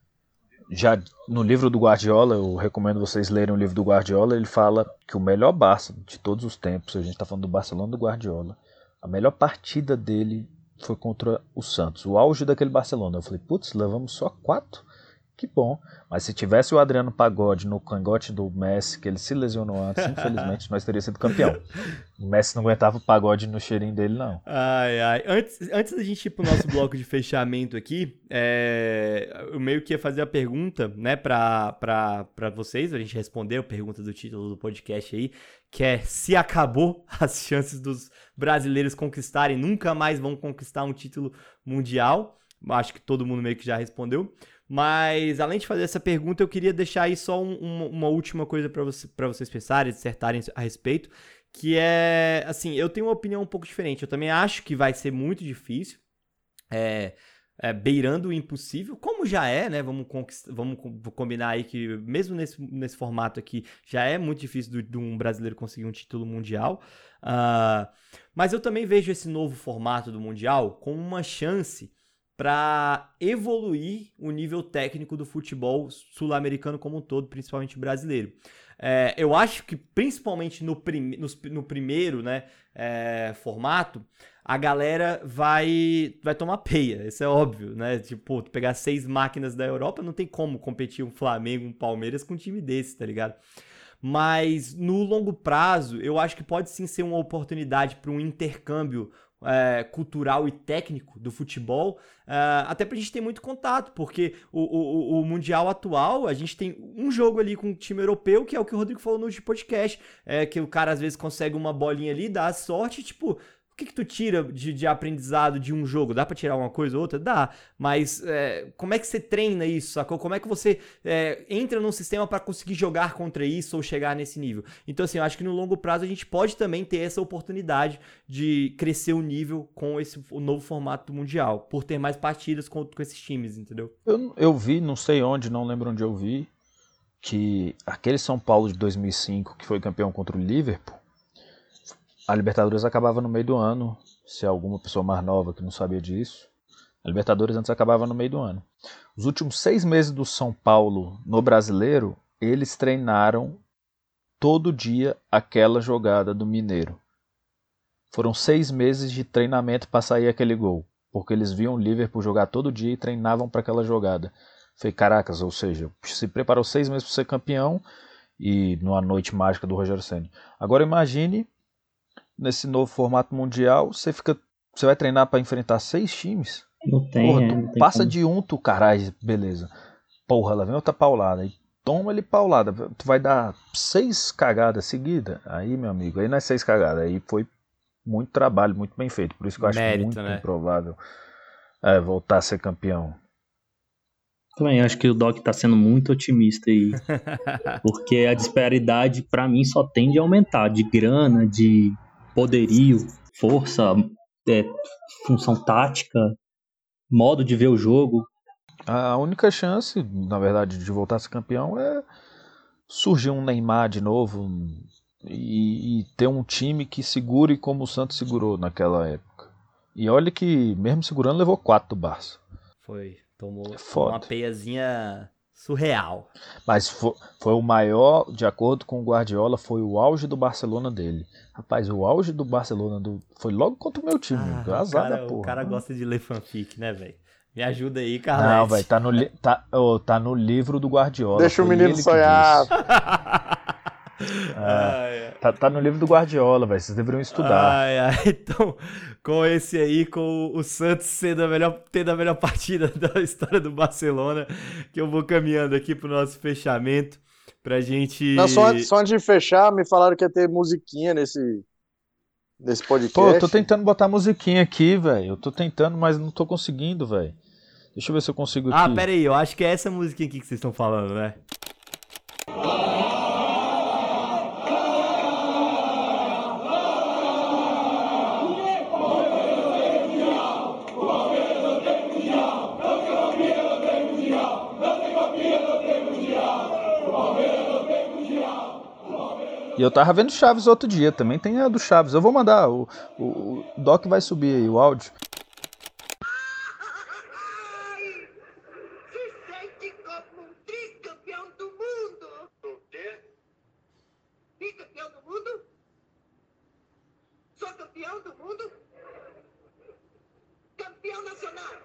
já no livro do Guardiola, eu recomendo vocês lerem o livro do Guardiola, ele fala que o melhor Barça de todos os tempos, a gente tá falando do Barcelona do Guardiola, a melhor partida dele foi contra o Santos, o auge daquele Barcelona. Eu falei, putz, levamos só quatro? Que bom. Mas se tivesse o Adriano Pagode no cangote do Messi, que ele se lesionou antes, infelizmente nós teríamos sido campeão. O Messi não aguentava o Pagode no cheirinho dele, não. Ai, ai. Antes, antes da gente ir pro nosso bloco de fechamento aqui, é... eu meio que ia fazer a pergunta, né, pra, pra, pra vocês, a gente responder a pergunta do título do podcast aí, que é se acabou as chances dos brasileiros conquistarem, nunca mais vão conquistar um título mundial. Acho que todo mundo meio que já respondeu. Mas, além de fazer essa pergunta, eu queria deixar aí só um, uma, uma última coisa para você, para vocês pensarem, dissertarem a respeito, que é, assim, eu tenho uma opinião um pouco diferente. Eu também acho que vai ser muito difícil, é, é, beirando o impossível, como já é, né? Vamos, vamos combinar aí que, mesmo nesse, nesse formato aqui, já é muito difícil de, de um brasileiro conseguir um título mundial. Uh, mas eu também vejo esse novo formato do Mundial com uma chance para evoluir o nível técnico do futebol sul-americano como um todo, principalmente brasileiro. É, eu acho que, principalmente no, prim- no, no primeiro, né, é, formato, a galera vai, vai tomar peia, isso é óbvio, né? Tipo, tu pegar seis máquinas da Europa, não tem como competir um Flamengo, um Palmeiras com um time desse, tá ligado? Mas, no longo prazo, eu acho que pode sim ser uma oportunidade para um intercâmbio É, cultural e técnico do futebol, uh, até pra gente ter muito contato, porque o, o, o Mundial atual, a gente tem um jogo ali com um time europeu, que é o que o Rodrigo falou no último podcast, é, que o cara às vezes consegue uma bolinha ali, dá sorte, tipo, O que que tu tira de, de aprendizado de um jogo? Dá pra tirar uma coisa ou outra? Dá, mas é, como é que você treina isso, sacou? Como é que você é, entra num sistema pra conseguir jogar contra isso ou chegar nesse nível? Então, assim, eu acho que no longo prazo a gente pode também ter essa oportunidade de crescer o nível com esse o novo formato do Mundial, por ter mais partidas com, com esses times, entendeu? Eu, eu vi, não sei onde, não lembro onde eu vi, que aquele São Paulo de dois mil e cinco, que foi campeão contra o Liverpool, a Libertadores acabava no meio do ano, se alguma pessoa mais nova que não sabia disso. A Libertadores antes acabava no meio do ano. Os últimos seis meses do São Paulo no Brasileiro, eles treinaram todo dia aquela jogada do Mineiro. Foram seis meses de treinamento para sair aquele gol, porque eles viam o Liverpool jogar todo dia e treinavam para aquela jogada. Falei, caracas, ou seja, se preparou seis meses para ser campeão e numa noite mágica do Rogério Ceni. Agora imagine... Nesse novo formato mundial, você fica, você vai treinar pra enfrentar seis times? Não tem, Porra, é, tu não tem passa como. de um, tu caralho, beleza. Porra, lá vem outra paulada. Aí toma ele paulada. Tu vai dar seis cagadas seguidas. Aí, meu amigo, aí não é seis cagadas. Aí foi muito trabalho, muito bem feito. Por isso que eu acho Mérito, muito né? improvável é, voltar a ser campeão. Também acho que o Doc tá sendo muito otimista aí. Porque a disparidade, pra mim, só tende a aumentar. De grana, de poderio, força, é, função tática, modo de ver o jogo. A única chance, na verdade, de voltar a ser campeão é surgir um Neymar de novo e, e ter um time que segure como o Santos segurou naquela época. E olha que, mesmo segurando, levou quatro do Barça. Foi, tomou, É tomou foda. uma peiazinha surreal. Mas foi, foi o maior, de acordo com o Guardiola, foi o auge do Barcelona dele. Rapaz, o auge do Barcelona do, foi logo contra o meu time. Ah, Azar o, da cara, porra. o cara gosta de ler fanfic, né, velho? Me ajuda aí, Carlete. Não, velho, tá, no li- tá, oh, tá no livro do Guardiola. Deixa o foi menino ele que sonhar. disse. É, tá, tá no livro do Guardiola, velho. Vocês deveriam estudar. Ai, ai, então, com esse aí, com o Santos sendo a melhor, tendo a melhor partida da história do Barcelona, que eu vou caminhando aqui pro nosso fechamento, pra gente... Não, só, antes- só antes de fechar, me falaram que ia ter musiquinha nesse, nesse podcast. Pô, eu tô tentando botar musiquinha aqui, velho. Eu tô tentando, mas não tô conseguindo, velho. Deixa eu ver se eu consigo aqui. Ah, pera aí, eu acho que é essa música aqui que vocês estão falando, né? E eu tava vendo Chaves outro dia, também tem a do Chaves. Eu vou mandar, o, o, o Doc vai subir aí o áudio. Se sente como um tricampeão do mundo. O quê? Tricampeão do mundo? Sou campeão do mundo? Campeão nacional.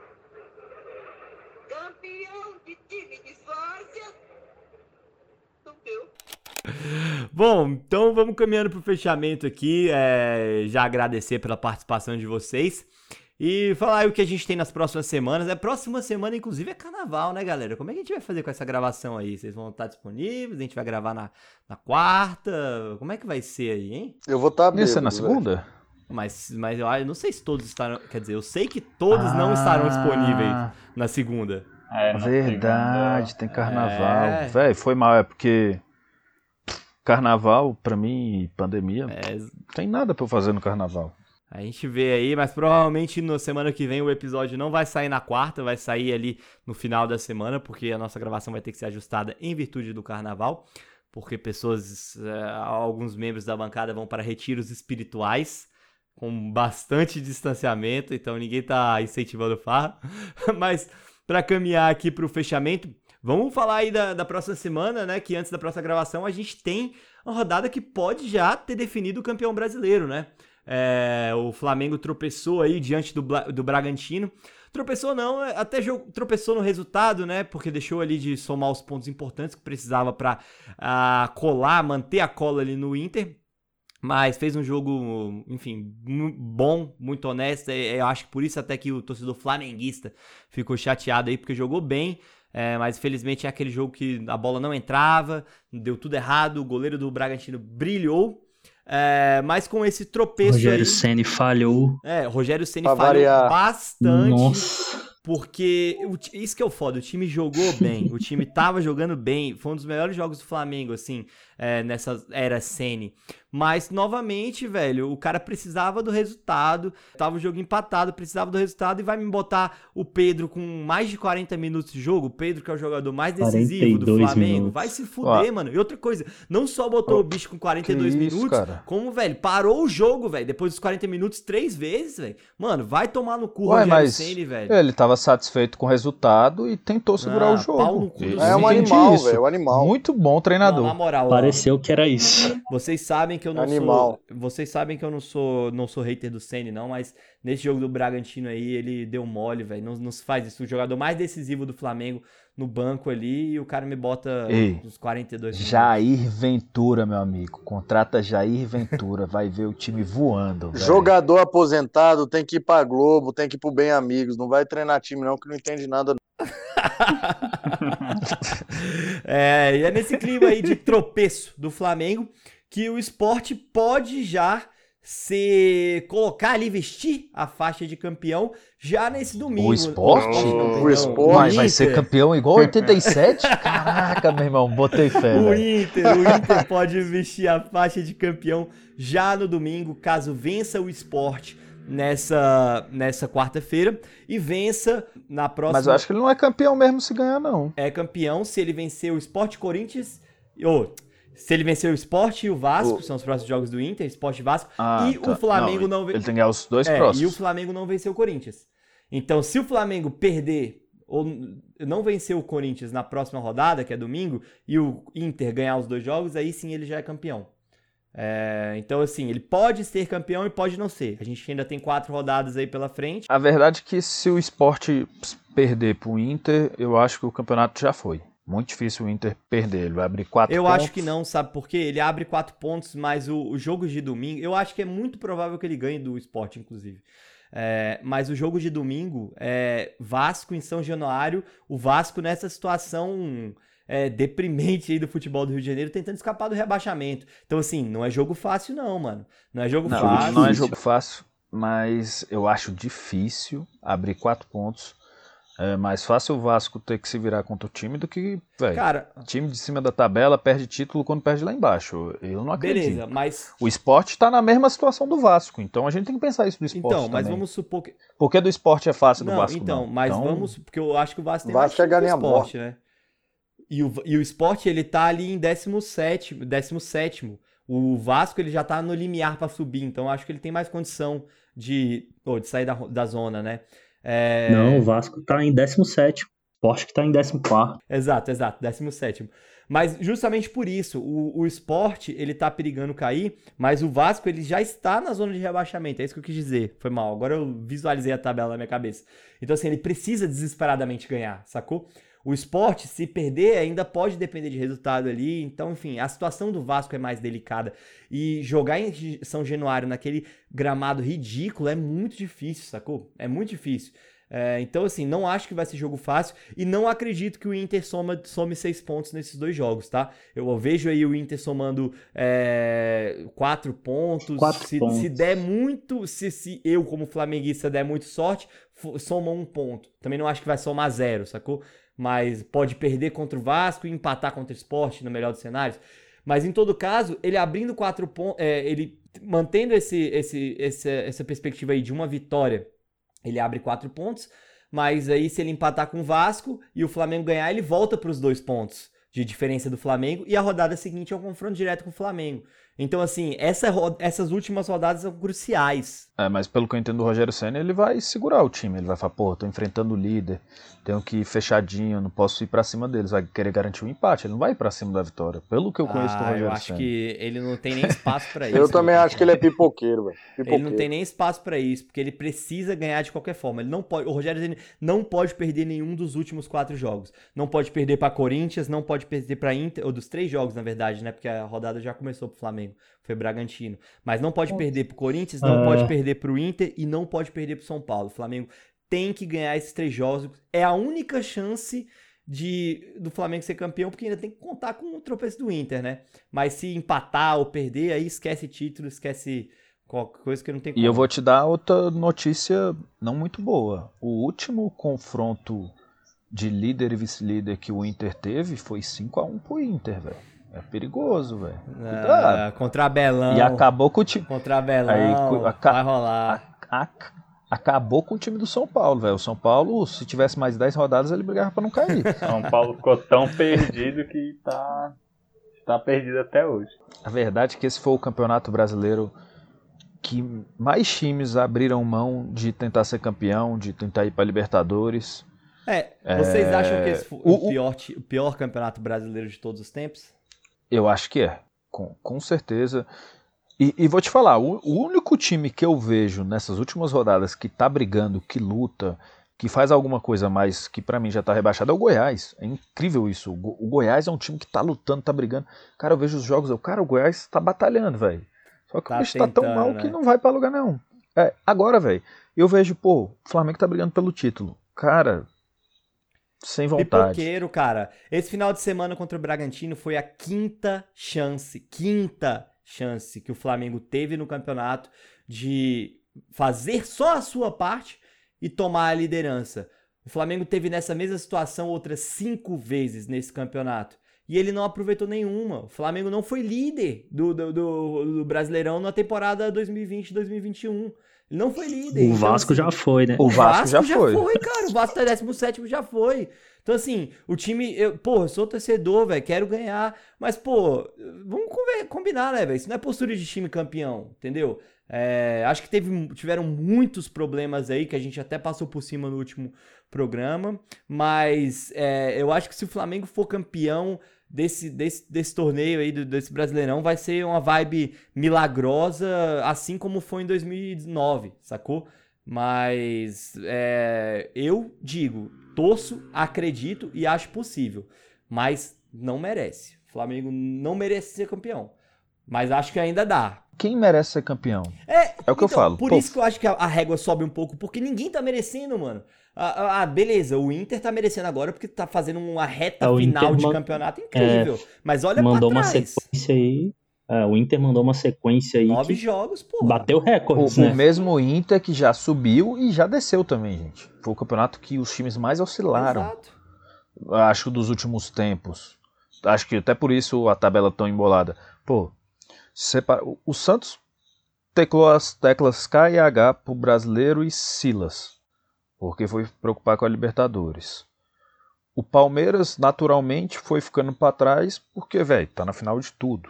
Campeão de time de Várzea. Não deu. Bom, então vamos caminhando pro fechamento aqui, é, já agradecer pela participação de vocês e falar aí o que a gente tem nas próximas semanas. A próxima semana, inclusive, é carnaval, né, galera? Como é que a gente vai fazer com essa gravação aí? Vocês vão estar disponíveis? A gente vai gravar na, na quarta? Como é que vai ser aí, hein? Eu vou estar Isso é bêbado, na velho. segunda? Mas, mas eu, eu não sei se todos estarão, quer dizer, eu sei que todos não estarão disponíveis na segunda. É, na Verdade, segunda- tem carnaval. É. Véi, foi mal, é porque carnaval, pra mim, pandemia, É, não tem nada pra eu fazer no carnaval. a gente vê aí, mas provavelmente na semana que vem o episódio não vai sair na quarta, vai sair ali no final da semana, porque a nossa gravação vai ter que ser ajustada em virtude do carnaval, porque pessoas, eh, alguns membros da bancada vão para retiros espirituais, com bastante distanciamento, então ninguém tá incentivando farra, mas para caminhar aqui pro fechamento, vamos falar aí da, da próxima semana, né, que antes da próxima gravação a gente tem uma rodada que pode já ter definido o campeão brasileiro, né? É, o Flamengo tropeçou aí diante do, Bla- do Bragantino. Tropeçou não, até jogo, tropeçou no resultado, né? Porque deixou ali de somar os pontos importantes que precisava para uh, colar, manter a cola ali no Inter. Mas fez um jogo, enfim, mu- bom, muito honesto. É, eu acho que por isso até que o torcedor flamenguista ficou chateado aí, porque jogou bem. É, mas infelizmente é aquele jogo que a bola não entrava, deu tudo errado, o goleiro do Bragantino brilhou. É, mas com esse tropeço Rogério aí... Ceni falhou. É, Rogério Ceni Pra falhou variar. bastante. Nossa. Porque o ti- isso que é o foda, o time jogou bem, o time tava jogando bem, foi um dos melhores jogos do Flamengo, assim, é, nessa era Ceni. Mas, novamente, velho, o cara precisava do resultado, tava o jogo empatado, precisava do resultado e vai me botar o Pedro com mais de quarenta minutos de jogo, o Pedro que é o jogador mais decisivo do quarenta e dois Flamengo, minutos. vai se fuder, Ó. mano. E outra coisa, não só botou Ó, o bicho com quarenta e dois que isso, minutos, cara? como, velho, parou o jogo, velho, depois dos quarenta minutos três vezes, velho. Mano, vai tomar no cu, Ué, Rogério mas Ceni, velho. ele tava satisfeito com o resultado e tentou segurar Ah, o jogo. pau no cu do Eu Ceni. É um entendi animal, isso. velho, um animal. Muito bom Não, treinador. na moral, ó, Pareceu que era isso. vocês sabem que eu não Animal. sou, vocês sabem que eu não sou, não sou hater do Ceni não, mas nesse jogo do Bragantino aí ele deu mole, velho. Não, não se faz isso. O jogador mais decisivo do Flamengo no banco ali e o cara me bota Ei, uns quarenta e dois minutos. Jair Ventura, meu amigo. Contrata Jair Ventura. Vai ver o time voando. velho. Jogador aposentado tem que ir pra Globo, tem que ir pro Bem Amigos. Não vai treinar time, não, que não entende nada. Não. É, e é nesse clima aí de tropeço do Flamengo que o Sport pode já se colocar ali, vestir a faixa de campeão já nesse domingo. O Sport? não, O perdão, Sport? Vai, vai Inter. ser campeão igual oitenta e sete? Caraca, meu irmão. Botei fé, O velho. Inter, o Inter pode vestir a faixa de campeão já no domingo, caso vença o Sport nessa, nessa quarta-feira e vença na próxima. Mas eu acho que ele não é campeão mesmo se ganhar, não. É campeão se ele vencer o Sport Corinthians, ou se ele vencer o Sport e o Vasco, O- são os próximos jogos do Inter, Sport e Vasco, Ah, e tá. o Flamengo não, Não, ve- ele tem que ganhar os dois é, próximos. e o Flamengo não venceu o Corinthians. Então, se o Flamengo perder ou não vencer o Corinthians na próxima rodada, que é domingo, e o Inter ganhar os dois jogos, aí sim ele já é campeão. É, então, assim, ele pode ser campeão e pode não ser. A gente ainda tem quatro rodadas aí pela frente. A verdade é que se o Sport perder pro Inter, eu acho que o campeonato já foi. Muito difícil o Inter perder. Ele vai abrir quatro Eu pontos. acho que não, sabe por quê? Ele abre quatro pontos, mas o, o jogo de domingo, eu acho que é muito provável que ele ganhe do Sport, inclusive. É, mas o jogo de domingo é Vasco em São Januário, o Vasco nessa situação é, deprimente aí do futebol do Rio de Janeiro, tentando escapar do rebaixamento. Então, assim, não é jogo fácil não, mano. Não é jogo Não, fácil. não é jogo fácil, mas eu acho difícil abrir quatro pontos. É mais fácil o Vasco ter que se virar contra o time do que, velho, Cara, time de cima da tabela perde título quando perde lá embaixo. Eu não acredito. beleza, mas... O Sport tá na mesma situação do Vasco, então a gente tem que pensar isso do Sport Então, mas também. vamos supor que... Por que do Sport é fácil do Não, Vasco então, não? mas Então, vamos... Porque eu acho que o Vasco tem Vasco mais é galinha time que o Sport, né? E o, e o Sport, ele tá ali em décimo sétimo, décimo sétimo. O Vasco, ele já tá no limiar pra subir, então eu acho que ele tem mais condição de, oh, de sair da, da zona, né? É... Não, o Vasco tá em décimo sétimo. Sport que tá em décimo quarto. Exato, exato, décimo sétimo. Mas justamente por isso, o, o Sport, ele tá perigando cair, mas o Vasco, ele já está na zona de rebaixamento, é isso que eu quis dizer, foi mal, agora eu visualizei a tabela na minha cabeça. Então assim, ele precisa desesperadamente ganhar, sacou? O Sport, se perder, ainda pode depender de resultado ali, então enfim, a situação do Vasco é mais delicada. E jogar em São Januário naquele gramado ridículo é muito difícil, sacou? É muito difícil. É, então, assim, não acho que vai ser jogo fácil e não acredito que o Inter soma, some seis pontos nesses dois jogos, tá? Eu vejo aí o Inter somando é, quatro pontos. Quatro se, pontos. se der muito, se, se eu, como flamenguista, der muito sorte, f- soma um ponto. Também não acho que vai somar zero, sacou? Mas pode perder contra o Vasco e empatar contra o Sport, no melhor dos cenários. Mas em todo caso, ele abrindo quatro pontos, é, ele mantendo esse, esse, essa, essa perspectiva aí de uma vitória, ele abre quatro pontos, mas aí se ele empatar com o Vasco e o Flamengo ganhar, ele volta para os dois pontos de diferença do Flamengo e a rodada seguinte é um confronto direto com o Flamengo. Então, assim, essa, ro- essas últimas rodadas são cruciais. É, mas pelo que eu entendo do Rogério Ceni, ele vai segurar o time. Ele vai falar, pô, tô enfrentando o líder, tenho que ir fechadinho, não posso ir pra cima deles. Vai querer garantir um empate, ele não vai ir pra cima da vitória. Pelo que eu conheço do Ah, eu Rogério acho Ceni. que ele não tem nem espaço para isso. Eu também acho que ele é pipoqueiro, velho. Ele Pipoqueiro. não tem nem espaço pra isso, porque ele precisa ganhar de qualquer forma. Ele não pode, o Rogério Ceni não pode perder nenhum dos últimos quatro jogos. Não pode perder pra Corinthians, não pode perder pra Inter, ou dos três jogos, na verdade, né? Porque a rodada já começou pro Flamengo, foi Bragantino. Mas não pode perder pro Corinthians, não É. pode perder pro Inter e não pode perder pro São Paulo. O Flamengo tem que ganhar esses três jogos. É a única chance de, do Flamengo ser campeão, porque ainda tem que contar com o tropeço do Inter, né? Mas se empatar ou perder, aí esquece título, esquece qualquer coisa que não tem como. E eu vou te dar outra notícia não muito boa. O último confronto de líder e vice-líder que o Inter teve foi cinco a um pro Inter, velho. É perigoso, velho. Ah, contra Abelão. E acabou com o time. Contra Abelão. Aí, aca... vai rolar. A, a, acabou com o time do São Paulo, velho. O São Paulo, se tivesse mais dez rodadas, ele brigava pra não cair. São Paulo ficou tão perdido que tá, tá perdido até hoje. A verdade é que esse foi o campeonato brasileiro que mais times abriram mão de tentar ser campeão, de tentar ir pra Libertadores. É, vocês É, acham que esse foi o- o, pior, ti- o pior campeonato brasileiro de todos os tempos? Eu acho que é, com, com certeza. E, e vou te falar, o, o único time que eu vejo nessas últimas rodadas que tá brigando, que luta, que faz alguma coisa mais, que pra mim já tá rebaixado, é o Goiás. É incrível isso. O, Go- o Goiás é um time que tá lutando, tá brigando. Cara, eu vejo os jogos, eu, cara, o Goiás tá batalhando, velho. Só que Tá o bicho tá tão tentando, mal né? que não vai pra lugar nenhum. É, agora, velho, eu vejo, pô, o Flamengo tá brigando pelo título. Cara, sem vontade. Pipoqueiro, cara. Esse final de semana contra o Bragantino foi a quinta chance, quinta chance que o Flamengo teve no campeonato de fazer só a sua parte e tomar a liderança. O Flamengo teve nessa mesma situação outras cinco vezes nesse campeonato. E ele não aproveitou nenhuma. O Flamengo não foi líder do, do, do- do Brasileirão na temporada dois mil e vinte, dois mil e vinte e um. Ele não foi líder. O Então, Vasco assim, já foi, né? O Vasco já foi. cara. O Vasco tá décimo sétimo já foi. Então, assim, o time. Eu, pô, eu sou torcedor, velho. Quero ganhar. Mas, pô, vamos conver- combinar, né, velho? Isso não é postura de time campeão, entendeu? É, acho que teve, tiveram muitos problemas aí que a gente até passou por cima no último programa. Mas é, eu acho que se o Flamengo for campeão desse, desse, desse torneio aí, do- desse Brasileirão, vai ser uma vibe milagrosa, assim como foi em dois mil e nove, sacou? Mas é, eu digo, torço, acredito e acho possível, mas não merece. O Flamengo não merece ser campeão, mas acho que ainda dá. Quem merece ser campeão? É, É o que eu falo. Por Pô, isso que eu acho que a, a régua sobe um pouco, porque ninguém tá merecendo, mano. Ah, ah, ah, beleza, o Inter tá merecendo agora porque tá fazendo uma reta É, o final Inter de man- campeonato incrível. mas olha mandou pra uma trás. sequência aí. é, o Inter mandou uma sequência aí Nove que jogos, pô. bateu O, recordes, o né? mesmo Inter que já subiu e já desceu também, gente. Foi o campeonato que os times mais oscilaram, Exato. acho, dos últimos tempos. Acho que até por isso a tabela tão embolada. Pô, separa... o- o Santos teclou as teclas K e H pro Brasileiro e Silas, porque foi preocupar com a Libertadores. O Palmeiras, naturalmente, foi ficando pra trás porque, velho, tá na final de tudo.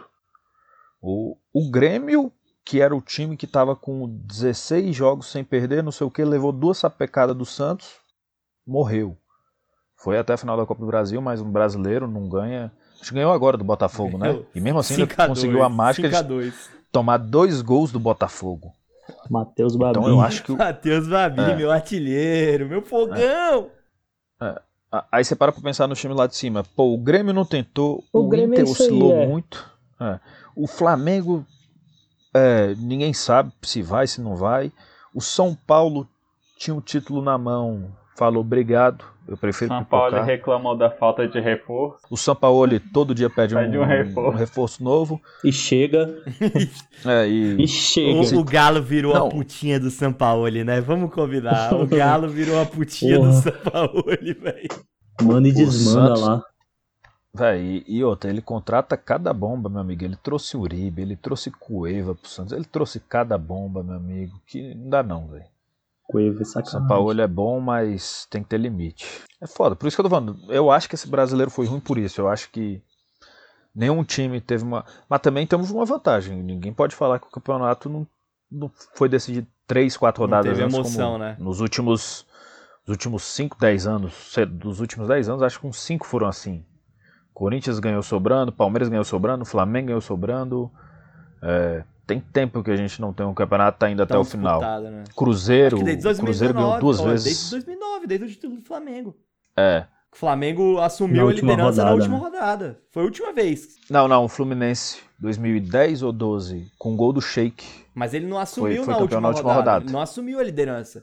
O, o Grêmio, que era o time que tava com dezesseis jogos sem perder, não sei o que, levou duas sapecadas do Santos, morreu. Foi até a final da Copa do Brasil, mas um brasileiro não ganha. Acho que ganhou agora do Botafogo, né? E mesmo assim ainda cinco a dois, conseguiu a mágica cinco a de dois. tomar dois gols do Botafogo. Matheus Babi. Então eu acho que o, Matheus Babi, É. meu artilheiro, meu fogão. a- aí você para pra pensar no time lá de cima. Pô, o Grêmio não tentou, O o, Grêmio é Inter isso aí, oscilou é. muito. É. O Flamengo, é, ninguém sabe se vai, se não vai. O São Paulo tinha o título na mão, falou obrigado, eu prefiro São Paulo pipocar. reclamou da falta de reforço. O Sampaoli todo dia pede, Pede um, um reforço. um reforço novo. E chega. É, e, E chega. O, o Galo virou Não. a putinha do Sampaoli, né? Vamos combinar. O Galo virou a putinha Porra. do Sampaoli, velho. Manda e O desmanda Santos- lá. véi, e, e outra, ele contrata cada bomba, meu amigo. Ele trouxe Uribe, ele trouxe Cueva pro Santos, ele trouxe cada bomba, meu amigo, que não dá não, velho. Cueva, O sacanagem. São Paulo é bom, mas tem que ter limite. É foda, por isso que eu tô falando. Eu acho que esse brasileiro foi ruim por isso. Eu acho que nenhum time teve uma. Mas também temos uma vantagem. Ninguém pode falar que o campeonato não, não foi decidido três, quatro Não rodadas teve antes, emoção, como né? nos últimos, nos últimos cinco, dez anos. se- Dos últimos dez anos, acho que uns cinco foram assim. Corinthians ganhou sobrando, Palmeiras ganhou sobrando, Flamengo ganhou sobrando. É, tem tempo que a gente não tem um campeonato, tá indo até Tão o final. disputado, né? Cruzeiro, Acho que desde o Cruzeiro ganhou duas ó, vezes. Desde dois mil e nove, desde o título do Flamengo. É. O Flamengo assumiu Na a última liderança na rodada, última né? rodada. Foi a última vez. Não, não, o Fluminense, dois mil e dez ou doze, com gol do Sheik. Mas ele não assumiu foi na campeão última, na última rodada. rodada. Ele não assumiu a liderança.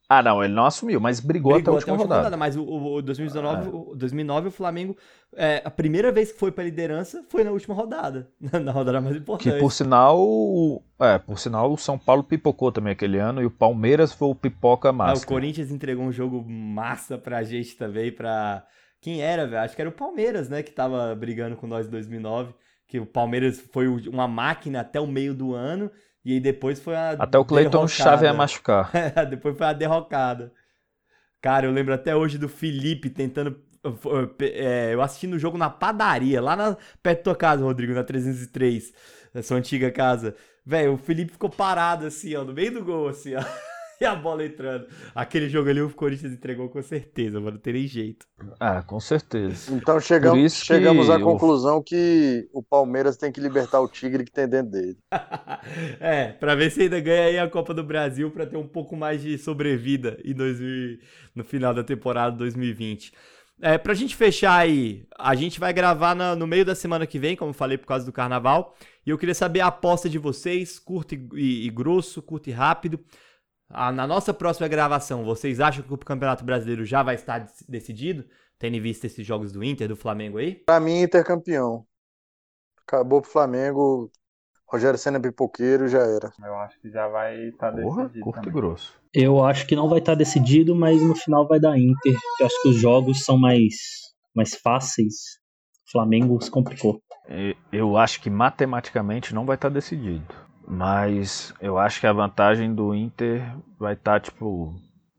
Ah, não, ele não assumiu, mas brigou, Brigou até a última rodada. Mas o, o, o dois mil e dezenove, o dois mil e nove, o Flamengo, é, a primeira vez que foi pra liderança foi na última rodada. Na rodada mais importante. Que por sinal, é, por sinal, o São Paulo pipocou também aquele ano e o Palmeiras foi o pipoca massa. Ah, o Corinthians entregou um jogo massa pra gente também, pra... Quem era, velho? Acho que era o Palmeiras, né, que tava brigando com nós em dois mil e nove. Que o Palmeiras foi uma máquina até o meio do ano. E aí depois foi a Até o Cleiton Chave a machucar. Depois foi a derrocada. Cara, eu lembro até hoje do Felipe tentando... É, eu assistindo o jogo na padaria, lá na, perto da tua casa, Rodrigo, na trezentos e três, na sua antiga casa. Velho, o Felipe ficou parado assim, ó, no meio do gol, assim, ó. E a bola entrando. Aquele jogo ali o Corinthians entregou com certeza, mano. Não tem nem jeito. Ah, com certeza. Então chegamos, chegamos à eu... conclusão que o Palmeiras tem que libertar o tigre que tem dentro dele. É, pra ver se ainda ganha aí a Copa do Brasil pra ter um pouco mais de sobrevida em dois mil, no final da temporada dois mil e vinte. É, pra gente fechar aí, a gente vai gravar na, no meio da semana que vem, como eu falei, por causa do Carnaval. E eu queria saber a aposta de vocês, curto e, e, e grosso, curto e rápido. Ah, na nossa próxima gravação, vocês acham que o Campeonato Brasileiro já vai estar decidido? Tendo em vista esses jogos do Inter, do Flamengo aí? Pra mim, Inter campeão. Acabou pro Flamengo, Rogério Ceni é pipoqueiro, já era. Eu acho que já vai estar tá decidido. Curto também. e grosso. Eu acho que não vai estar decidido, mas no final vai dar Inter. Eu acho que os jogos são mais, mais fáceis. O Flamengo se complicou. Eu acho que matematicamente não vai estar decidido. Mas eu acho que a vantagem do Inter vai estar, tá, tipo...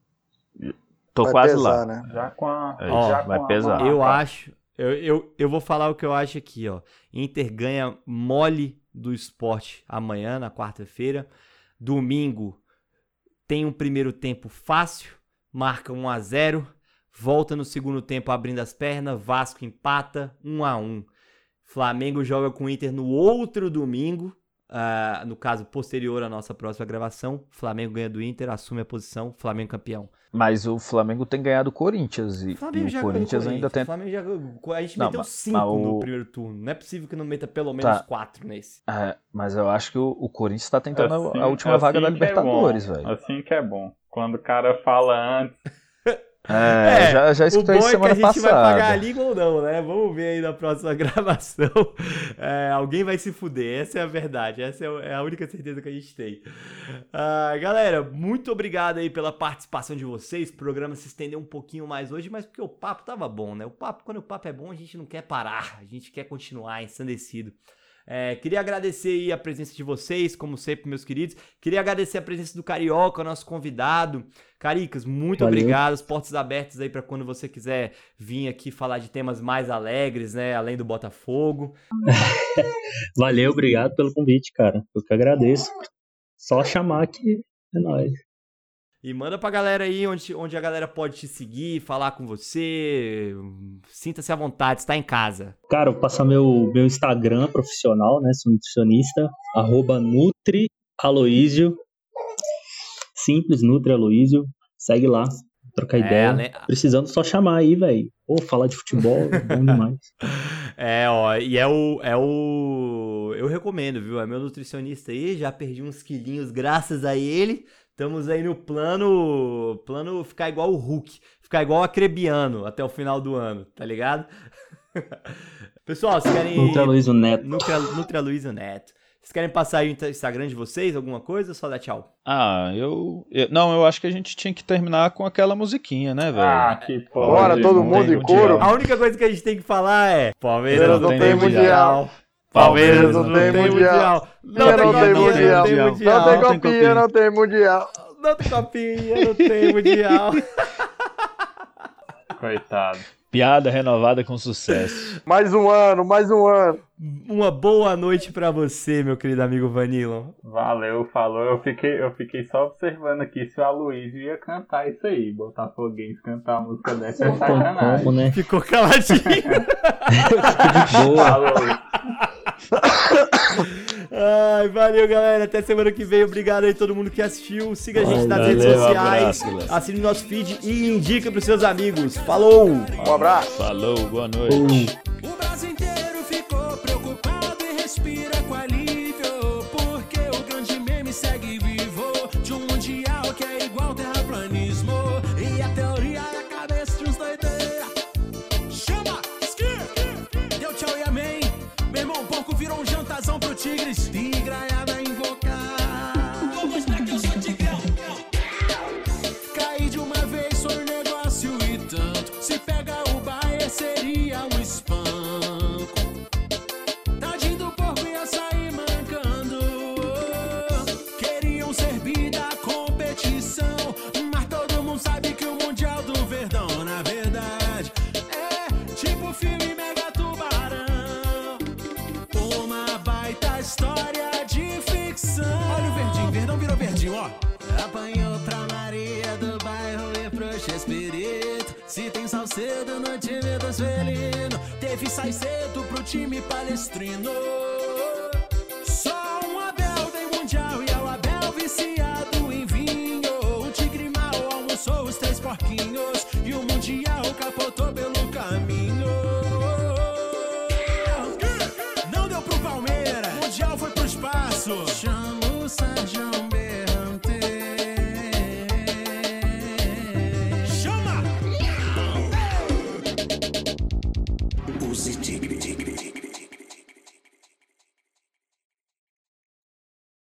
Tô vai quase pesar, lá. Né? Já com a... É, ó, já vai com pesar. A... Eu acho... Eu, eu, eu vou falar o que eu acho aqui, ó. Inter ganha mole do Sport amanhã, na quarta-feira. Domingo tem um primeiro tempo fácil, marca um a zero. Volta no segundo tempo abrindo as pernas, Vasco empata um a um. Flamengo joga com o Inter no outro domingo. Uh, no caso, posterior à nossa próxima gravação, Flamengo ganha do Inter, assume a posição, Flamengo campeão. Mas o Flamengo tem ganhado o Corinthians e, Flamengo e o já Corinthians ainda tem... Flamengo já... A gente não, meteu mas, cinco mas o... no primeiro turno, não é possível que não meta pelo menos tá. quatro nesse. É, mas eu acho que o, o Corinthians tá tentando assim, a última assim vaga da Libertadores, é velho. Assim que é bom. Quando o cara fala antes... É, é, já, já escutei isso semana passada. O bom é que a gente passada. Vai pagar a língua ou não, né? Vamos ver aí na próxima gravação. É, alguém vai se fuder, essa é a verdade. Essa é a única certeza que a gente tem. Uh, galera, muito obrigado aí pela participação de vocês. O programa se estendeu um pouquinho mais hoje, mas porque o papo tava bom, né? O papo, quando o papo é bom, a gente não quer parar. A gente quer continuar ensandecido. É, queria agradecer aí a presença de vocês, como sempre, meus queridos. Queria agradecer a presença do Carioca, nosso convidado. Caricas, muito Valeu. obrigado. As portas abertas aí para quando você quiser vir aqui falar de temas mais alegres, né? Além do Botafogo. Valeu, obrigado pelo convite, cara. Eu que agradeço. Só chamar que é nóis. E manda pra galera aí onde, onde a galera pode te seguir, falar com você. Sinta-se à vontade, está em casa. Cara, eu vou passar meu, meu Instagram profissional, né? Sou nutricionista. Arroba NutriAloísio. Simples, NutriAloísio. Segue lá, trocar É, ideia. ale- Precisando só chamar aí, velho. Ou falar de futebol, é bom demais. É, ó, e é o, é o... Eu recomendo, viu? É meu nutricionista aí, já perdi uns quilinhos graças a ele. Estamos aí no plano, plano ficar igual o Hulk, ficar igual o Acrebiano até o final do ano, tá ligado? Pessoal, vocês querem... NutriAloísio Neto. Nutria, NutriAloísio Neto. Vocês querem passar aí o Instagram de vocês, alguma coisa, ou só dar tchau? Ah, eu, eu... Não, eu acho que a gente tinha que terminar com aquela musiquinha, né, velho? Ah, que porra. Bora, todo não mundo tem em coro. A única coisa que a gente tem que falar é... Palmeiras Palmeiras não, tem mundial. Palmeiras não tem mundial. Não Não tem tem mundial. mundial. Não tem mundial. Não tem copinha, não tem mundial. Não tem copinha, não tem mundial. Coitado. Piada renovada com sucesso. Mais um ano, mais um ano. Uma boa noite pra você, meu querido amigo Vanillon. Valeu, falou. Eu fiquei, eu fiquei só observando aqui se o Aloysio ia cantar isso aí. Botafoguense cantar uma música dessa é Como, sacanagem. né? Ficou caladinho. Boa. Falou. Ai, valeu, galera. Até semana que vem. Obrigado aí a todo mundo que assistiu. Siga a gente nas Valeu, redes sociais. abraço, galera. Assine nosso feed e indica pros seus amigos. Falou! Um abraço. Falou, boa noite. Uh. O Brasil inteiro ficou preocupado e respira com alívio, porque o grande meme segue vivo de um mundial que é igual terraplanismo. tigres, tigraiada invocar. Vou mostrar que eu sou tigrão. Caí de uma vez, foi um negócio e tanto. Se pega o Bayer seria um espanco. Tadinho do porco ia sair mancando. Queriam ser bi da competição, mas todo mundo sabe que o Mundial do Verdão, na verdade, é tipo filme Mega Tubarão. Uma baita história de ficção. Olha o verdinho, verdão virou verdinho, ó. Apanhou pra Maria do bairro e pro Chespirito. Se tem Salcedo no time dos felinos, teve sai cedo pro time palestrino. Só um Abel tem Mundial e é o Abel viciado em vinho. O tigre mal almoçou os três porquinhos e o Mundial capotou pelo